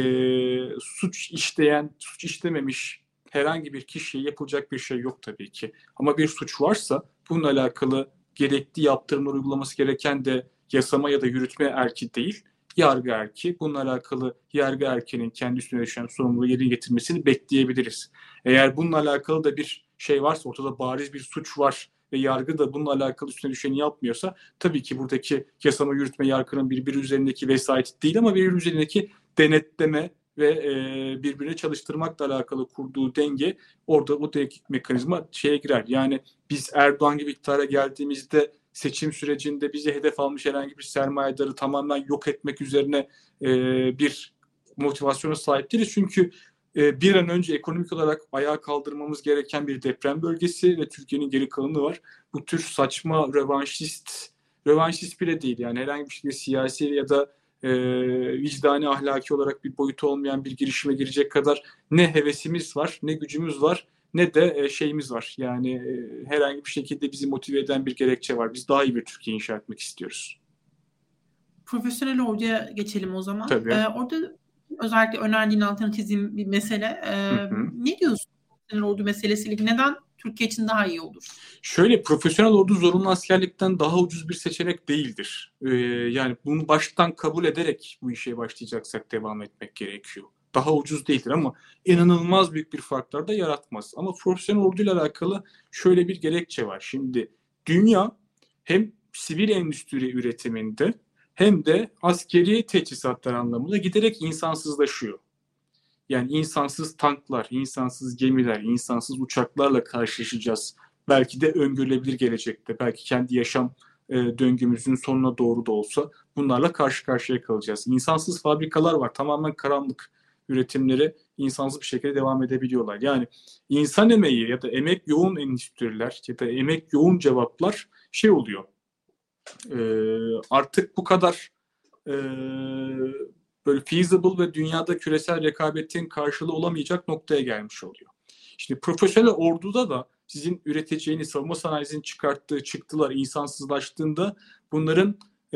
suç işleyen, suç işlememiş herhangi bir kişiye yapılacak bir şey yok tabii ki. Ama bir suç varsa bununla alakalı gerekli yaptırımlar uygulaması gereken de yasama ya da yürütme erki değil, yargı erki. Bununla alakalı yargı erkinin kendi üstüne düşen sorumluluğu yerine getirmesini bekleyebiliriz. Eğer bununla alakalı da bir şey varsa, ortada bariz bir suç var ve yargı da bununla alakalı üstüne düşeni yapmıyorsa, tabii ki buradaki yasama, yürütme, yargının birbiri üzerindeki vesayet değil ama birbiri üzerindeki denetleme ve e, birbirine çalıştırmakla alakalı kurduğu denge, orada o denklik mekanizma şeye girer. Yani biz Erdoğan gibi iktidara geldiğimizde seçim sürecinde bizi hedef almış herhangi bir sermayedarı tamamen yok etmek üzerine e, bir motivasyona sahip değiliz. Çünkü e, bir an önce ekonomik olarak ayağa kaldırmamız gereken bir deprem bölgesi ve Türkiye'nin geri kalanı var. Bu tür saçma revanşist, revanşist bile değil yani herhangi bir şekilde siyasi ya da e, vicdani ahlaki olarak bir boyutu olmayan bir girişime girecek kadar ne hevesimiz var, ne gücümüz var, ne de e, şeyimiz var. Yani e, herhangi bir şekilde bizi motive eden bir gerekçe var. Biz daha iyi bir Türkiye inşa etmek istiyoruz. Profesyonel orduya geçelim o zaman. Tabii. Ee, orada özellikle önerdiğin altını çizdiğim bir mesele. Ee, Hı hı. ne diyorsun profesyonel ordu meselesiyle? Neden Türkiye için daha iyi olur? Şöyle, profesyonel ordu zorunlu askerlikten daha ucuz bir seçenek değildir. Ee, yani bunu baştan kabul ederek bu işe başlayacaksak devam etmek gerekiyor. Daha ucuz değildir ama inanılmaz büyük bir farklar da yaratmaz. Ama profesyonel orduyla alakalı şöyle bir gerekçe var. Şimdi dünya hem sivil endüstri üretiminde hem de askeri teçhizatlar anlamında giderek insansızlaşıyor. Yani insansız tanklar, insansız gemiler, insansız uçaklarla karşılaşacağız. Belki de öngörülebilir gelecekte, belki kendi yaşam e, döngümüzün sonuna doğru da olsa bunlarla karşı karşıya kalacağız. İnsansız fabrikalar var, tamamen karanlık üretimleri insansız bir şekilde devam edebiliyorlar. Yani insan emeği ya da emek yoğun endüstriler ya da emek yoğun cevaplar şey oluyor. E, artık bu kadar e, böyle feasible ve dünyada küresel rekabetin karşılığı olamayacak noktaya gelmiş oluyor. Şimdi profesyonel orduda da sizin üreteceğiniz, savunma sanayisinin çıkarttığı çıktılar insansızlaştığında bunların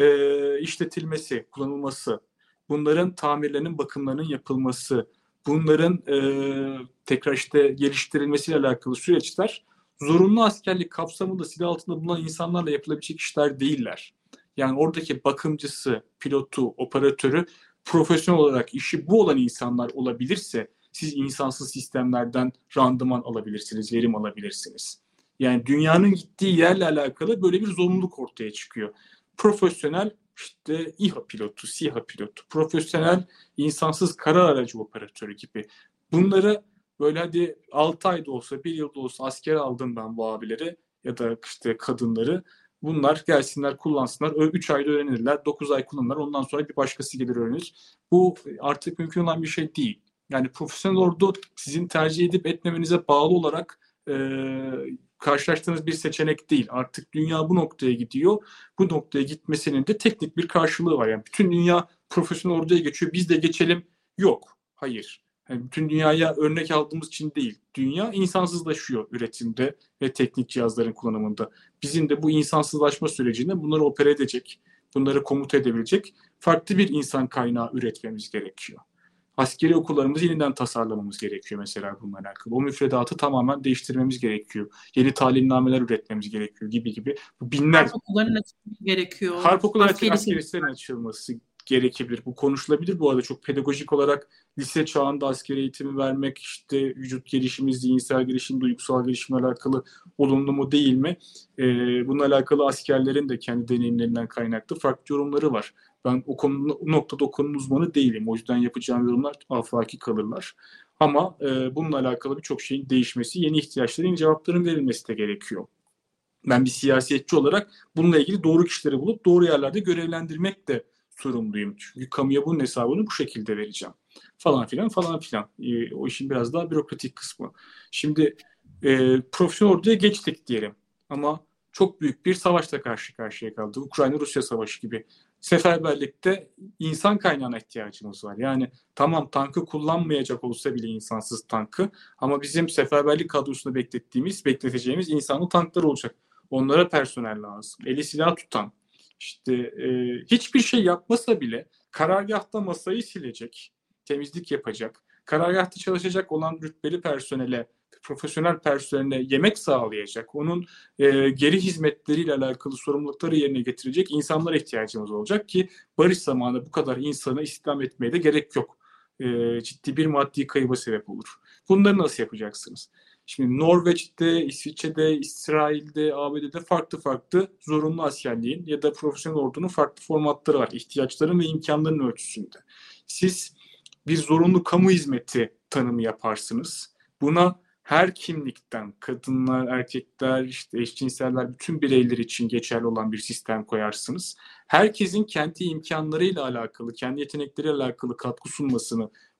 e, işletilmesi, kullanılması, bunların tamirlerinin, bakımlarının yapılması, bunların e, tekrar işte geliştirilmesiyle alakalı süreçler zorunlu askerlik kapsamında silah altında bulunan insanlarla yapılabilecek işler değiller. Yani oradaki bakımcısı, pilotu, operatörü profesyonel olarak işi bu olan insanlar olabilirse siz insansız sistemlerden randıman alabilirsiniz, verim alabilirsiniz. Yani dünyanın gittiği yerle alakalı böyle bir zorunluluk ortaya çıkıyor. Profesyonel işte İHA pilotu, SİHA pilotu, profesyonel insansız kara aracı operatörü gibi. Bunları böyle hadi altı ayda olsa, bir yılda olsa askere aldım ben bu abileri ya da işte kadınları. Bunlar gelsinler, kullansınlar. üç ayda öğrenirler. dokuz ay kullanırlar. Ondan sonra bir başkası gelir öğrenir. Bu artık mümkün olan bir şey değil. Yani profesyonel ordu sizin tercih edip etmemenize bağlı olarak e, karşılaştığınız bir seçenek değil. Artık dünya bu noktaya gidiyor. Bu noktaya gitmesinin de teknik bir karşılığı var. Yani bütün dünya profesyonel orduya geçiyor. Biz de geçelim. Yok. Hayır. Yani bütün dünyaya örnek aldığımız için değil. Dünya insansızlaşıyor üretimde ve teknik cihazların kullanımında. Bizim de bu insansızlaşma sürecinde bunları opere edecek, bunları komuta edebilecek farklı bir insan kaynağı üretmemiz gerekiyor. Askeri okullarımızı yeniden tasarlamamız gerekiyor mesela bununla alakalı. O müfredatı tamamen değiştirmemiz gerekiyor. Yeni talimnameler üretmemiz gerekiyor gibi gibi. Bu binler Harp okullarının açılması gerekiyor. harp okulları açık, Askeri askeri lisenin açılması gerekebilir. Bu konuşulabilir bu arada. Çok pedagojik olarak lise çağında askeri eğitimi vermek, işte vücut gelişimi, zihinsel gelişim, duygusal gelişimle alakalı olumlu mu değil mi? Ee, bununla alakalı askerlerin de kendi deneyimlerinden kaynaklı farklı yorumları var. Ben o konu, noktada o konunun uzmanı değilim. O yüzden yapacağım yorumlar afaki kalırlar. Ama e, bununla alakalı birçok şeyin değişmesi, yeni ihtiyaçların, yeni cevapların verilmesi de gerekiyor. Ben bir siyasetçi olarak bununla ilgili doğru kişileri bulup doğru yerlerde görevlendirmek de sorumluyum. Çünkü kamuya bunun hesabını bu şekilde vereceğim. Falan filan falan filan. E, o işin biraz daha bürokratik kısmı. Şimdi e, profesyonel orduya geçtik diyelim. Ama çok büyük bir savaşla karşı karşıya kaldı. Ukrayna-Rusya savaşı gibi. Seferberlikte insan kaynağına ihtiyacımız var. Yani tamam tankı kullanmayacak olsa bile insansız tankı ama bizim seferberlik kadrosunda beklettiğimiz, bekleteceğimiz insanlı tanklar olacak. Onlara personel lazım. Eli silah tutan, işte e, hiçbir şey yapmasa bile karargahta masayı silecek, temizlik yapacak, karargahta çalışacak olan rütbeli personele, profesyonel personeline yemek sağlayacak, onun e, geri hizmetleriyle alakalı sorumlulukları yerine getirecek insanlara ihtiyacımız olacak ki barış zamanı bu kadar insanı istihdam etmeye de gerek yok. E, ciddi bir maddi kayıba sebep olur. Bunları nasıl yapacaksınız? Şimdi Norveç'te, İsviçre'de, İsrail'de, A B D'de farklı farklı zorunlu askerliğin ya da profesyonel ordunun farklı formatları var. İhtiyaçların ve imkanların ölçüsünde. Siz bir zorunlu kamu hizmeti tanımı yaparsınız. Buna her kimlikten, kadınlar, erkekler, işte eşcinseller, bütün bireyler için geçerli olan bir sistem koyarsınız. Herkesin kendi imkanlarıyla alakalı, kendi yetenekleriyle alakalı katkı sunmasını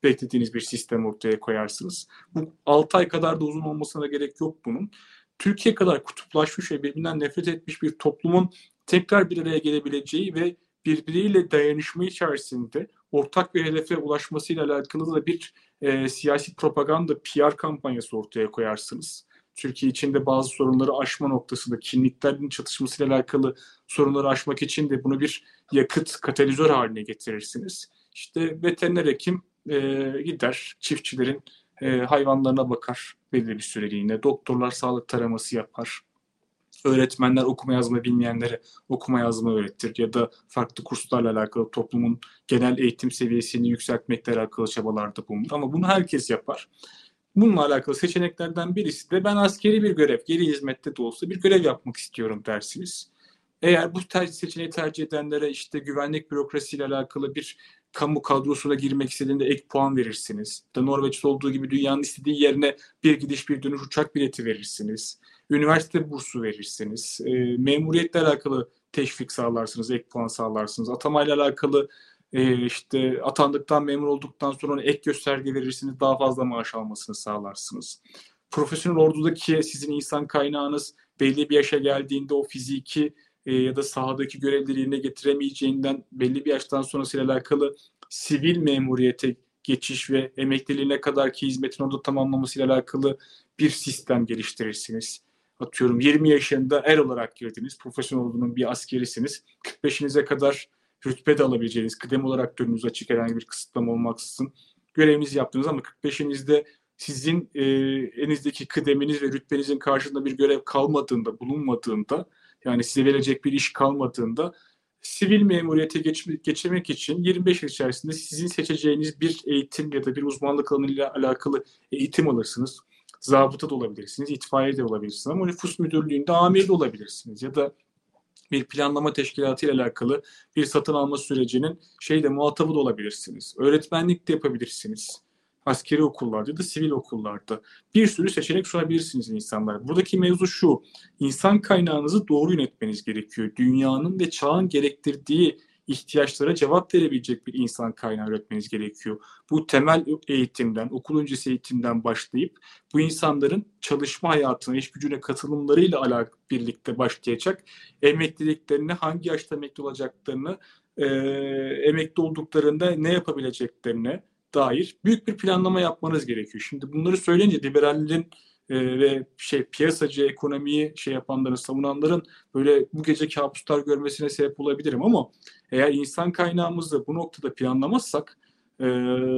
beklediğiniz bir sistem ortaya koyarsınız. Bu altı ay kadar da uzun olmasına gerek yok bunun. Türkiye kadar kutuplaşmış ve birbirinden nefret etmiş bir toplumun tekrar bir araya gelebileceği ve birbiriyle dayanışma içerisinde ortak bir hedefe ulaşmasıyla alakalı da bir e, siyasi propaganda P R kampanyası ortaya koyarsınız. Türkiye içinde bazı sorunları aşma noktasında kimliklerin çatışmasıyla alakalı sorunları aşmak için de bunu bir yakıt katalizör haline getirirsiniz. İşte veteriner hekim e, gider çiftçilerin e, hayvanlarına bakar belli bir süreliğine. Doktorlar sağlık taraması yapar. Öğretmenler okuma yazma bilmeyenlere okuma yazma öğretir ya da farklı kurslarla alakalı toplumun genel eğitim seviyesini yükseltmekle alakalı çabalarda bulunur. Ama bunu herkes yapar. Bununla alakalı seçeneklerden birisi de ben askeri bir görev, geri hizmette de olsa bir görev yapmak istiyorum dersiniz. Eğer bu ter- seçeneği tercih edenlere işte güvenlik bürokrasiyle alakalı bir kamu kadrosuna girmek istediğinde ek puan verirsiniz. Da Norveç'te olduğu gibi dünyanın istediği yerine bir gidiş bir dönüş uçak bileti verirsiniz. Üniversite bursu verirsiniz. E, memuriyetle alakalı teşvik sağlarsınız, ek puan sağlarsınız. Atamayla alakalı e, işte atandıktan memur olduktan sonra ek gösterge verirsiniz, daha fazla maaş almasını sağlarsınız. Profesyonel ordudaki sizin insan kaynağınız belli bir yaşa geldiğinde o fiziki e, ya da sahadaki görevleri yerine getiremeyeceğinden belli bir yaştan sonrasıyla alakalı sivil memuriyete geçiş ve emekliliğine kadarki hizmetin orada tamamlamasıyla alakalı bir sistem geliştirirsiniz. Atıyorum yirmi yaşında er olarak girdiniz, profesyonel ordunun bir askerisiniz. kırk beşinize kadar rütbe de alabileceğiniz, kıdem olarak önünüz açık herhangi bir kısıtlama olmaksızın görevinizi yaptınız ama kırk beşinizde sizin e, elinizdeki kıdeminiz ve rütbenizin karşılığında bir görev kalmadığında, bulunmadığında, yani size verecek bir iş kalmadığında sivil memuriyete geç, geçirmek için yirmi beş yıl içerisinde sizin seçeceğiniz bir eğitim ya da bir uzmanlık alanıyla alakalı eğitim alırsınız. Zabıta da olabilirsiniz, itfaiye de olabilirsiniz ama nüfus müdürlüğünde amir de olabilirsiniz ya da bir planlama teşkilatı ile alakalı bir satın alma sürecinin şeyde muhatabı da olabilirsiniz. Öğretmenlik de yapabilirsiniz. Askeri okullarda ya da sivil okullarda. Bir sürü seçenek sunabilirsiniz insanlara. Buradaki mevzu şu: insan kaynağınızı doğru yönetmeniz gerekiyor. Dünyanın ve çağın gerektirdiği ihtiyaçlara cevap verebilecek bir insan kaynağı üretmeniz gerekiyor. Bu temel eğitimden, okul öncesi eğitimden başlayıp bu insanların çalışma hayatına, iş gücüne katılımlarıyla alakalı birlikte başlayacak, emekliliklerini, hangi yaşta emekli olacaklarını, e, emekli olduklarında ne yapabileceklerine dair büyük bir planlama yapmanız gerekiyor. Şimdi bunları söyleyince liberallerin e, ve şey piyasacı ekonomiyi şey yapanların, savunanların böyle bu gece kabuslar görmesine sebep olabilirim ama eğer insan kaynağımızı bu noktada planlamazsak e,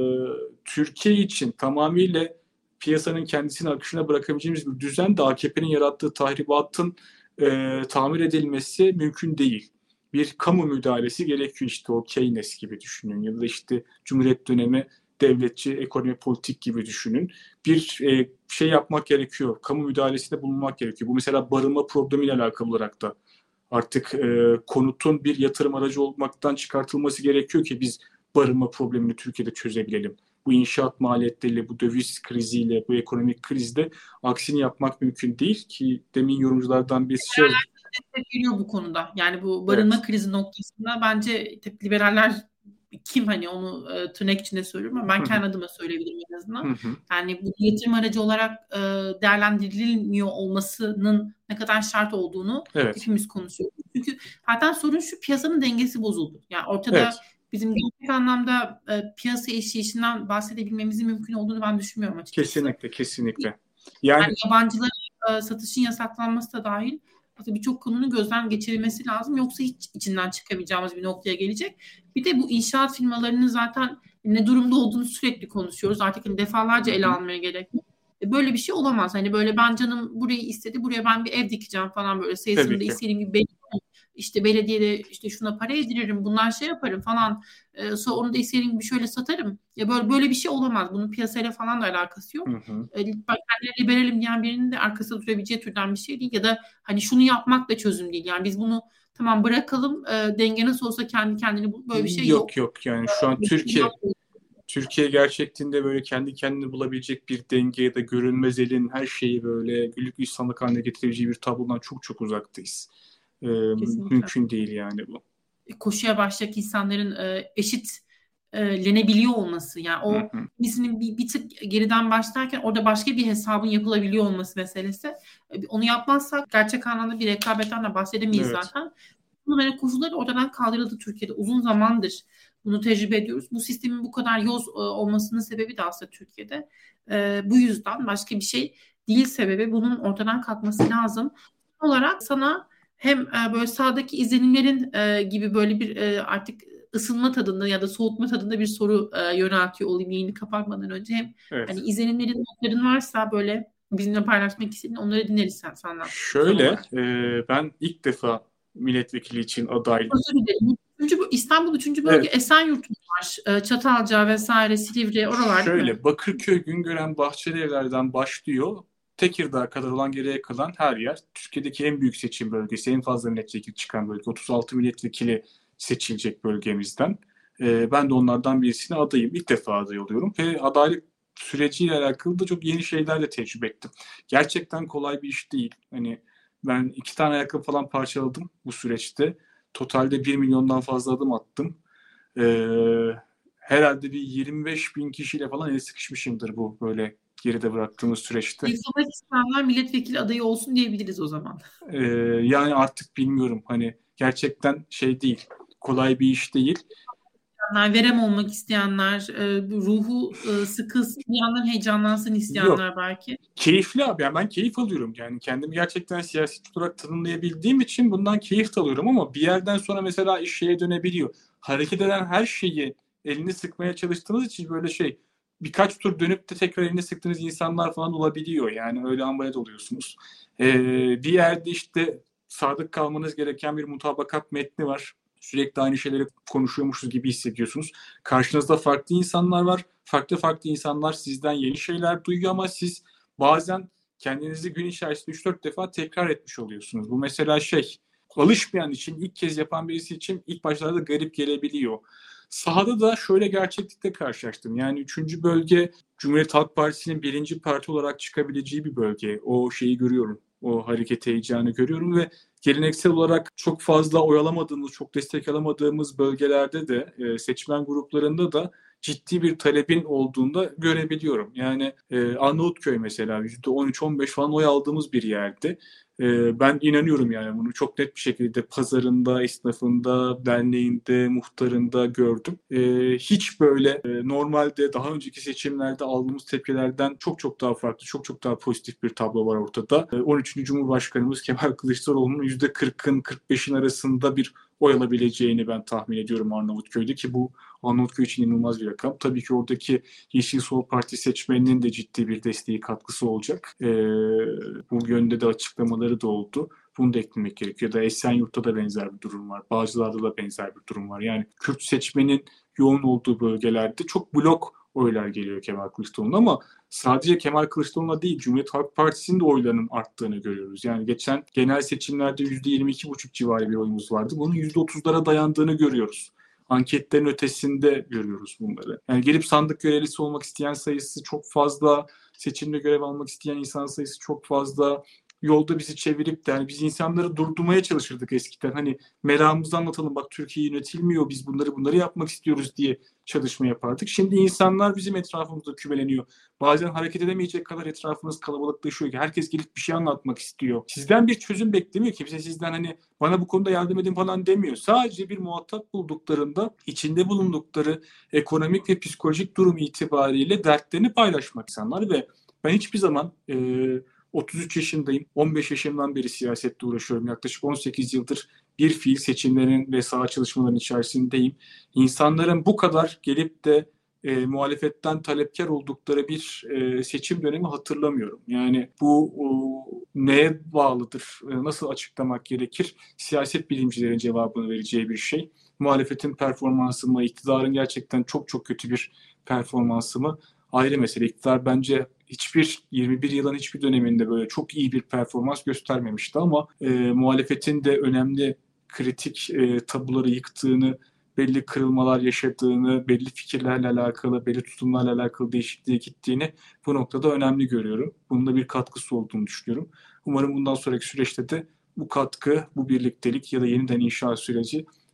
Türkiye için tamamıyla piyasanın kendisini akışına bırakabileceğimiz bir düzen de A K P'nin yarattığı tahribatın e, tamir edilmesi mümkün değil. Bir kamu müdahalesi gerekiyor, işte o Keynes gibi düşünün ya da işte Cumhuriyet dönemi devletçi ekonomi politik gibi düşünün. Bir e, şey yapmak gerekiyor, kamu müdahalesinde bulunmak gerekiyor. Bu mesela barınma problemiyle alakalı olarak da artık e, konutun bir yatırım aracı olmaktan çıkartılması gerekiyor ki biz barınma problemini Türkiye'de çözebilelim. Bu inşaat maliyetleriyle, bu döviz kriziyle, bu ekonomik krizde aksini yapmak mümkün değil ki demin yorumculardan birisi şey oldu. Geliyor bu konuda. Yani bu barınma Evet. krizi noktasında bence tabii liberaller kim hani onu e, tırnak içinde söylüyorum ama ben kendi adıma söyleyebilirim en azından. Hı hı. Yani bu yatırım aracı olarak e, değerlendirilmiyor olmasının ne kadar şart olduğunu Evet. hepimiz konuşuyoruz. Çünkü zaten sorun şu: piyasanın dengesi bozuldu. Yani ortada Evet. bizim gerçek anlamda e, piyasa işleyişinden bahsedebilmemizin mümkün olduğunu ben düşünmüyorum açıkçası. Kesinlikle, kesinlikle. Yani, Yani yabancılara e, satışın yasaklanması da dahil birçok konunun gözden geçirilmesi lazım. Yoksa hiç içinden çıkamayacağımız bir noktaya gelecek. Bir de bu inşaat firmalarının zaten ne durumda olduğunu sürekli konuşuyoruz. Artık hani defalarca ele almaya gerek yok. E, Böyle bir şey olamaz. Hani böyle ben canım burayı istedi, buraya ben bir ev dikeceğim falan, böyle sayısını tabii da ki. istediğim gibi belli. İşte belediyede işte şuna para yediririm, bunlar şey yaparım falan. Ee, sonra onu da istediğim gibi şöyle satarım. Ya böyle böyle bir şey olamaz. Bunun piyasayla falan da alakası yok. Hı hı. Ee, bak, kendine liberalim diyen birinin de arkasında durabileceği türden bir şey değil. Ya da hani şunu yapmak da çözüm değil. Yani biz bunu tamam bırakalım. E, denge nasıl olsa kendi kendini bul. Böyle bir şey yok. Yok yok yani şu an Türkiye Türkiye gerçekten böyle kendi kendini bulabilecek bir denge ya da görünmez elin her şeyi böyle güllük gülistanlık haline getirebileceği bir tablodan çok çok uzaktayız. Ee, Kesinlikle. mümkün değil yani bu. Koşuya başlayacak insanların e, eşit lenebiliyor olması, yani Hı o hı. kimisinin bir, bir tık geriden başlarken orada başka bir hesabın yapılabiliyor olması meselesi. E, Onu yapmazsak gerçek anlamda bir rekabetten de bahsedemeyiz Evet. zaten. Bunların koşulları ortadan kaldırıldı Türkiye'de. Uzun zamandır bunu tecrübe ediyoruz. Bu sistemin bu kadar yoz e, olmasının sebebi de aslında Türkiye'de. E, bu yüzden, başka bir şey değil sebebi. Bunun ortadan kalkması lazım. Son olarak sana hem e, böyle sahadaki izlenimlerin e, gibi böyle bir e, artık ısınma tadında ya da soğutma tadında bir soru e, yöneltiyor olayım yayını kapatmadan önce. Hem hani Evet. izlenimlerin, notların varsa böyle bizimle paylaşmak istediğin, onları dinleriz sen, senden son Şöyle, olarak. e, ben ilk defa milletvekili için aday. Özür dilerim. Üçüncü, bu- İstanbul üçüncü bölge Evet. Esenyurt var. Ee, Çatalca vesaire, Silivri, oralar değil mi? Şöyle, Bakırköy, Güngören, Bahçelievler'den başlıyor. Tekirdağ kadar olan geriye kalan her yer Türkiye'deki en büyük seçim bölgesi, en fazla milletvekili çıkan bölge. otuz altı milletvekili seçilecek bölgemizden. Ee, ben de onlardan birisine adayım. İlk defa aday oluyorum ve adaylık süreciyle alakalı da çok yeni şeyler de tecrübe ettim. Gerçekten kolay bir iş değil. Hani ben iki tane ayakkabı falan parçaladım bu süreçte. Totalde bir milyondan fazla adım attım. Ee, Herhalde bir yirmi beş bin kişiyle falan el sıkışmışımdır bu böyle geride bıraktığımız süreçte. Yıkılmak isteyenler milletvekili adayı olsun diyebiliriz o zaman. Ee, Yani artık bilmiyorum, hani gerçekten şey değil, kolay bir iş değil. Yani verem olmak isteyenler, e, ruhu e, sıkılsın, bir yandan heyecanlansın Yok, isteyenler belki. keyifli abi, yani ben keyif alıyorum, yani kendimi gerçekten siyasetçi olarak tanımlayabildiğim için bundan keyif de alıyorum ama bir yerden sonra mesela iş şeye dönebiliyor. Hareket eden her şeyi elini sıkmaya çalıştığınız için böyle şey, birkaç tur dönüp de tekrar elini sıktığınız insanlar falan olabiliyor. Yani öyle ambalaj oluyorsunuz. Ee, bir yerde işte sadık kalmanız gereken bir mutabakat metni var. Sürekli aynı şeyleri konuşuyormuşuz gibi hissediyorsunuz. Karşınızda farklı insanlar var. Farklı farklı insanlar sizden yeni şeyler duyuyor ama siz bazen kendinizi gün içerisinde üç dört defa tekrar etmiş oluyorsunuz. Bu mesela şey, alışmayan için, ilk kez yapan birisi için ilk başlarda garip gelebiliyor. Sahada da şöyle gerçeklikle karşılaştım. Yani üçüncü bölge Cumhuriyet Halk Partisi'nin birinci parti olarak çıkabileceği bir bölge. O şeyi görüyorum. O hareket heyecanı görüyorum ve geleneksel olarak çok fazla oyalamadığımız, çok destek alamadığımız bölgelerde de e, seçmen gruplarında da ciddi bir talebin olduğunda görebiliyorum. Yani e, Arnavutköy mesela yüzde on üç on beş falan oy aldığımız bir yerdi. E, ben inanıyorum yani bunu çok net bir şekilde pazarında, esnafında, derneğinde, muhtarında gördüm. E, hiç böyle e, normalde daha önceki seçimlerde aldığımız tepkilerden çok çok daha farklı, çok çok daha pozitif bir tablo var ortada. E, on üçüncü Cumhurbaşkanımız Kemal Kılıçdaroğlu'nun yüzde kırkın kırk beşin arasında bir oy alabileceğini ben tahmin ediyorum Arnavutköy'de, ki bu Arnavutköy için inanılmaz bir rakam. Tabii ki oradaki Yeşil Sol Parti seçmeninin de ciddi bir desteği, katkısı olacak. Ee, bu yönde de açıklamaları da oldu. Bunu da eklemek gerekiyor. Ya da Esenyurt'ta da benzer bir durum var. Bağcılar'da da benzer bir durum var. Yani Kürt seçmenin yoğun olduğu bölgelerde çok blok oylar geliyor Kemal Kılıçdaroğlu'na ama sadece Kemal Kılıçdaroğlu'na değil, Cumhuriyet Halk Partisi'nin de oylarının arttığını görüyoruz. Yani geçen genel seçimlerde yüzde yirmi iki buçuk civarı bir oyumuz vardı. Bunun yüzde otuzlara dayandığını görüyoruz. Anketlerin ötesinde görüyoruz bunları. Yani gelip sandık görevlisi olmak isteyen sayısı çok fazla, seçimde görev almak isteyen insan sayısı çok fazla. Yolda bizi çevirip de yani biz insanları durdurmaya çalışırdık eskiden. Hani meramımızı anlatalım, bak Türkiye yönetilmiyor, biz bunları bunları yapmak istiyoruz diye çalışma yapardık. Şimdi insanlar bizim etrafımızda kümeleniyor. Bazen hareket edemeyecek kadar etrafımız kalabalıklaşıyor ki herkes gelip bir şey anlatmak istiyor. Sizden bir çözüm beklemiyor. Kimse sizden hani bana bu konuda yardım edin falan demiyor. Sadece bir muhatap bulduklarında içinde bulundukları ekonomik ve psikolojik durum itibariyle dertlerini paylaşmak insanlar ve ben hiçbir zaman e, otuz üç yaşındayım. on beş yaşımdan beri siyasetle uğraşıyorum. Yaklaşık on sekiz yıldır bir fiil seçimlerin ve saha çalışmalarının içerisindeyim. İnsanların bu kadar gelip de e, muhalefetten talepkar oldukları bir e, seçim dönemi hatırlamıyorum. Yani bu o, neye bağlıdır, e, nasıl açıklamak gerekir? Siyaset bilimcilerin cevabını vereceği bir şey. Muhalefetin performansı mı, iktidarın gerçekten çok çok kötü bir performansı mı? Ayrı mesele. İktidar bence hiçbir yirmi bir yılın hiçbir döneminde böyle çok iyi bir performans göstermemişti ama e, muhalefetin de önemli kritik e, tabuları yıktığını, belli kırılmalar yaşadığını, belli fikirlerle alakalı, belli tutumlarla alakalı değişikliğe gittiğini bu noktada önemli görüyorum. Bunun da bir katkısı olduğunu düşünüyorum. Umarım bundan sonraki süreçte de bu katkı, bu birliktelik ya da yeniden inşa süreci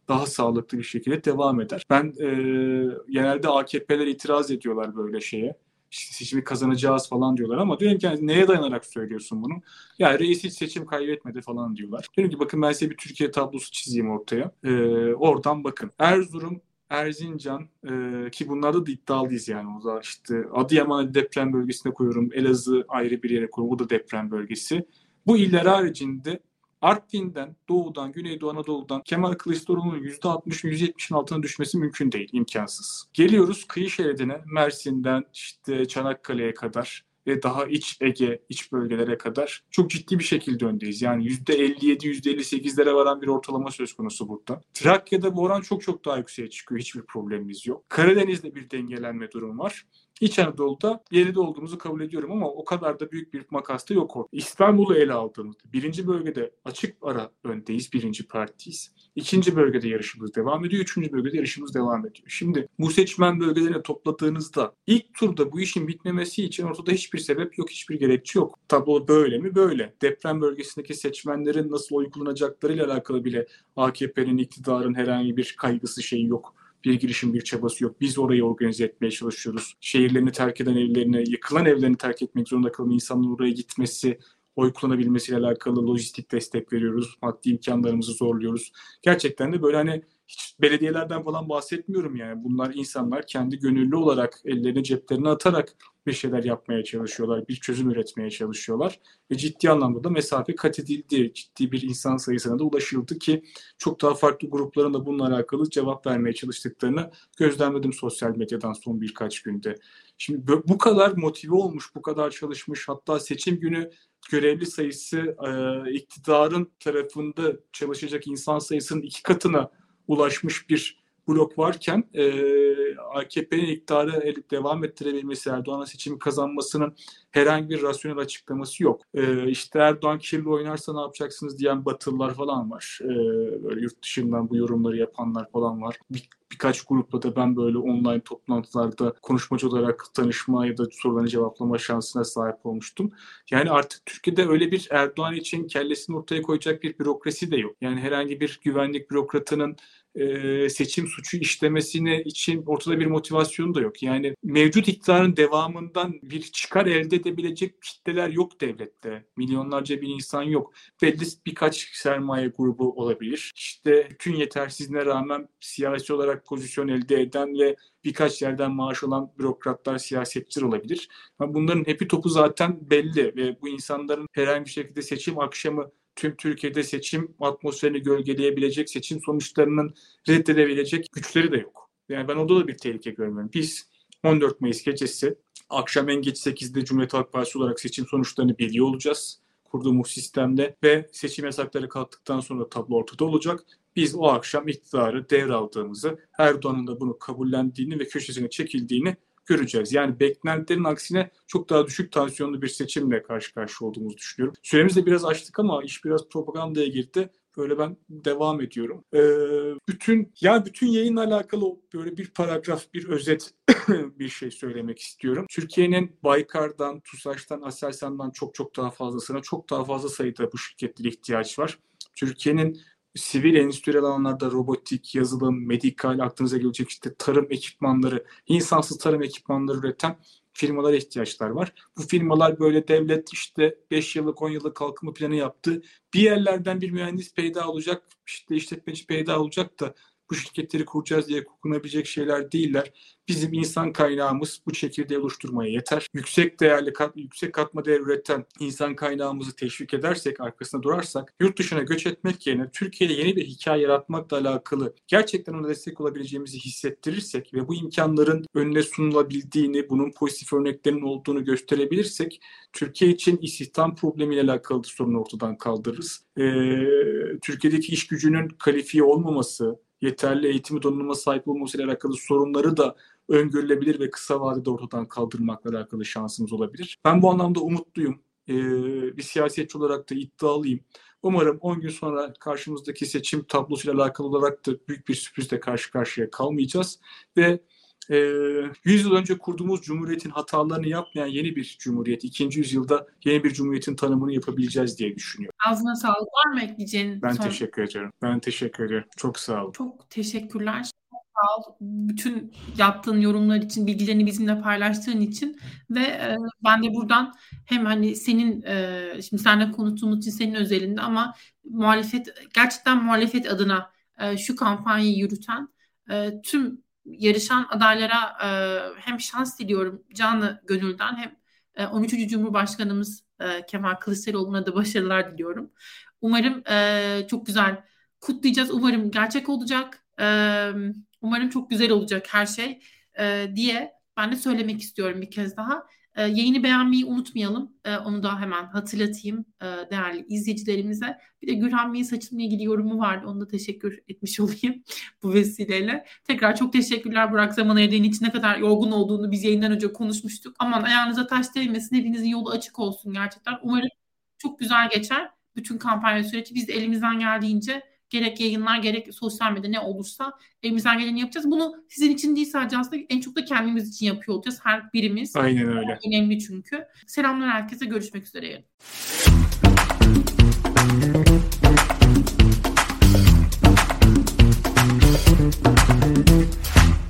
daha sağlıklı bir şekilde devam eder. Ben e, genelde A K P'ler itiraz ediyorlar böyle şeye. İşte seçimi kazanacağız falan diyorlar ama diyorum ki yani neye dayanarak söylüyorsun bunu? Yani reis hiç seçim kaybetmedi falan diyorlar. Diyorum ki bakın ben size bir Türkiye tablosu çizeyim ortaya. Ee, oradan bakın. Erzurum, Erzincan e, ki bunlarda da iddialıyız yani. O da işte Adıyaman'ı deprem bölgesine koyuyorum. Elazığ ayrı bir yere koyuyorum. O da deprem bölgesi. Bu iller haricinde Artvin'den, Doğu'dan, Güneydoğu Anadolu'dan Kemal Kılıçdaroğlu'nun yüzde altmış yüzde yetmişin altına düşmesi mümkün değil, imkansız. Geliyoruz kıyı şeridine, Mersin'den işte Çanakkale'ye kadar ve daha iç Ege, iç bölgelere kadar çok ciddi bir şekilde öndeyiz. Yani yüzde elli yedi yüzde elli sekizlere varan bir ortalama söz konusu burada. Trakya'da bu oran çok çok daha yükseğe çıkıyor. Hiçbir problemimiz yok. Karadeniz'de bir dengelenme durumu var. İç Anadolu'da geride olduğumuzu kabul ediyorum ama o kadar da büyük bir makas da yok orada. İstanbul'u ele aldığımızda birinci bölgede açık ara öndeyiz, birinci partiyiz. İkinci bölgede yarışımız devam ediyor, üçüncü bölgede yarışımız devam ediyor. Şimdi bu seçmen bölgelerine topladığınızda ilk turda bu işin bitmemesi için ortada hiçbir sebep yok, hiçbir gerekçe yok. Tablo böyle mi? Böyle. Deprem bölgesindeki seçmenlerin nasıl oy kullanacaklarıyla alakalı bile A K P'nin, iktidarın herhangi bir kaygısı şeyi yok. Bir girişim, bir çabası yok. Biz orayı organize etmeye çalışıyoruz. Şehirlerini terk eden evlerini, yıkılan evlerini terk etmek zorunda kalan insanların oraya gitmesi, oy kullanabilmesiyle alakalı lojistik destek veriyoruz. Maddi imkanlarımızı zorluyoruz. Gerçekten de böyle hani hiç belediyelerden falan bahsetmiyorum yani. Bunlar insanlar kendi gönüllü olarak ellerini ceplerine atarak bir şeyler yapmaya çalışıyorlar. Bir çözüm üretmeye çalışıyorlar. Ve ciddi anlamda da mesafe kat edildi. Ciddi bir insan sayısına da ulaşıldı ki çok daha farklı grupların da bununla alakalı cevap vermeye çalıştıklarını gözlemledim sosyal medyadan son birkaç günde. Şimdi bu kadar motive olmuş, bu kadar çalışmış, hatta seçim günü görevli sayısı e, iktidarın tarafında çalışacak insan sayısının iki katına ulaşmış bir blok varken e, A K P'nin iktidarı devam ettirebilmesi, Erdoğan'ın seçimi kazanmasının herhangi bir rasyonel açıklaması yok. E, işte Erdoğan kirli oynarsa ne yapacaksınız diyen Batılılar falan var. E, böyle yurt dışından bu yorumları yapanlar falan var. Bir, birkaç grupla da ben böyle online toplantılarda konuşmacı olarak tanışma ya da sorularını cevaplama şansına sahip olmuştum. Yani artık Türkiye'de öyle bir Erdoğan için kellesini ortaya koyacak bir bürokrasi de yok. Yani herhangi bir güvenlik bürokratının e, seçim suçu işlemesine için ortada bir motivasyonu da yok. Yani mevcut iktidarın devamından bir çıkar elde edebilecek kitleler yok devlette. Milyonlarca bir insan yok. Belli birkaç sermaye grubu olabilir. İşte bütün yetersizliğine rağmen siyasi olarak pozisyon elde eden ve birkaç yerden maaş alan bürokratlar, siyasetçiler olabilir. Bunların hepi topu zaten belli ve bu insanların herhangi bir şekilde seçim akşamı tüm Türkiye'de seçim atmosferini gölgeleyebilecek, seçim sonuçlarının reddedebilecek güçleri de yok. Yani ben orada da bir tehlike görmüyorum. Biz on dört Mayıs gecesi akşam en geç sekizde Cumhuriyet Halk Partisi olarak seçim sonuçlarını biliyor olacağız. Kurduğumuz sistemde ve seçim yasakları kalktıktan sonra tablo ortada olacak. Biz o akşam iktidarı devraldığımızı, Erdoğan'ın da bunu kabullendiğini ve köşesine çekildiğini göreceğiz. Yani beklentilerin aksine çok daha düşük tansiyonlu bir seçimle karşı karşıya olduğumuzu düşünüyorum. Süremizi de biraz açtık ama iş biraz propagandaya girdi. Böyle ben devam ediyorum. Ee, bütün ya bütün yayınla alakalı böyle bir paragraf, bir özet bir şey söylemek istiyorum. Türkiye'nin Baykar'dan, TUSAŞ'tan, Aselsan'dan çok çok daha fazlasına, çok daha fazla sayıda bu şirketlere ihtiyaç var. Türkiye'nin sivil endüstriyel alanlarda robotik, yazılım, medikal, aklınıza gelecek işte tarım ekipmanları, insansız tarım ekipmanları üreten firmalara ihtiyaçlar var. Bu firmalar böyle devlet işte beş yıllık on yıllık kalkınma planı yaptı. Bir yerlerden bir mühendis peyda olacak, işte işletmeci peyda olacak da bu şirketleri kuracağız diye kurunabilecek şeyler değiller. Bizim insan kaynağımız bu çekirdeği oluşturmaya yeter. Yüksek değerli, kat, yüksek katma değer üreten insan kaynağımızı teşvik edersek, arkasında durarsak, yurt dışına göç etmek yerine Türkiye'de yeni bir hikaye yaratmakla alakalı gerçekten ona destek olabileceğimizi hissettirirsek ve bu imkanların önüne sunulabildiğini, bunun pozitif örneklerinin olduğunu gösterebilirsek, Türkiye için istihdam problemiyle alakalı sorunu ortadan kaldırırız. Ee, Türkiye'deki iş gücünün kalifiye olmaması, yeterli eğitimi donanıma sahip olmasıyla alakalı sorunları da öngörülebilir ve kısa vadede ortadan kaldırmakla alakalı şansımız olabilir. Ben bu anlamda umutluyum. Ee, bir siyasetçi olarak da iddialıyım. Umarım on gün sonra karşımızdaki seçim tablosuyla alakalı olarak da büyük bir sürprizle karşı karşıya kalmayacağız ve e, yüz yıl önce kurduğumuz cumhuriyetin hatalarını yapmayan yeni bir cumhuriyet, ikinci yüzyılda yeni bir cumhuriyetin tanımını yapabileceğiz diye düşünüyorum. Ağzına sağlık. Var mı ekleyeceğin Ben son? teşekkür ederim. Ben teşekkür ederim. Çok sağ olun. Çok teşekkürler. Çok sağ ol. Bütün yaptığın yorumlar için, bilgilerini bizimle paylaştığın için ve e, ben de buradan hem hani senin e, şimdi seninle konuştuğumuz için senin özelinde ama muhalefet gerçekten muhalefet adına e, şu kampanyayı yürüten e, tüm yarışan adaylara e, hem şans diliyorum canı gönülden hem e, on üçüncü. Cumhurbaşkanımız e, Kemal Kılıçdaroğlu'na da başarılar diliyorum. Umarım e, çok güzel kutlayacağız. Umarım gerçek olacak. Ee, umarım çok güzel olacak her şey ee, diye ben de söylemek istiyorum bir kez daha. Ee, yayını beğenmeyi unutmayalım. Ee, onu da hemen hatırlatayım e, değerli izleyicilerimize. Bir de Gülhan Bey'in saçımla ilgili yorumu vardı. Onu da teşekkür etmiş olayım bu vesileyle. Tekrar çok teşekkürler Burak, zaman ayırdığın için. Ne kadar yorgun olduğunu biz yayından önce konuşmuştuk. Aman ayağınıza taş değmesin. Hepinizin yolu açık olsun gerçekten. Umarım çok güzel geçer bütün kampanya süreci. Biz de elimizden geldiğince gerek yayınlar gerek sosyal medya ne olursa elimizden geleni yapacağız. Bunu sizin için değil sadece aslında en çok da kendimiz için yapıyor olacağız. Her birimiz. Aynen öyle. Önemli çünkü. Selamlar herkese. Görüşmek üzere.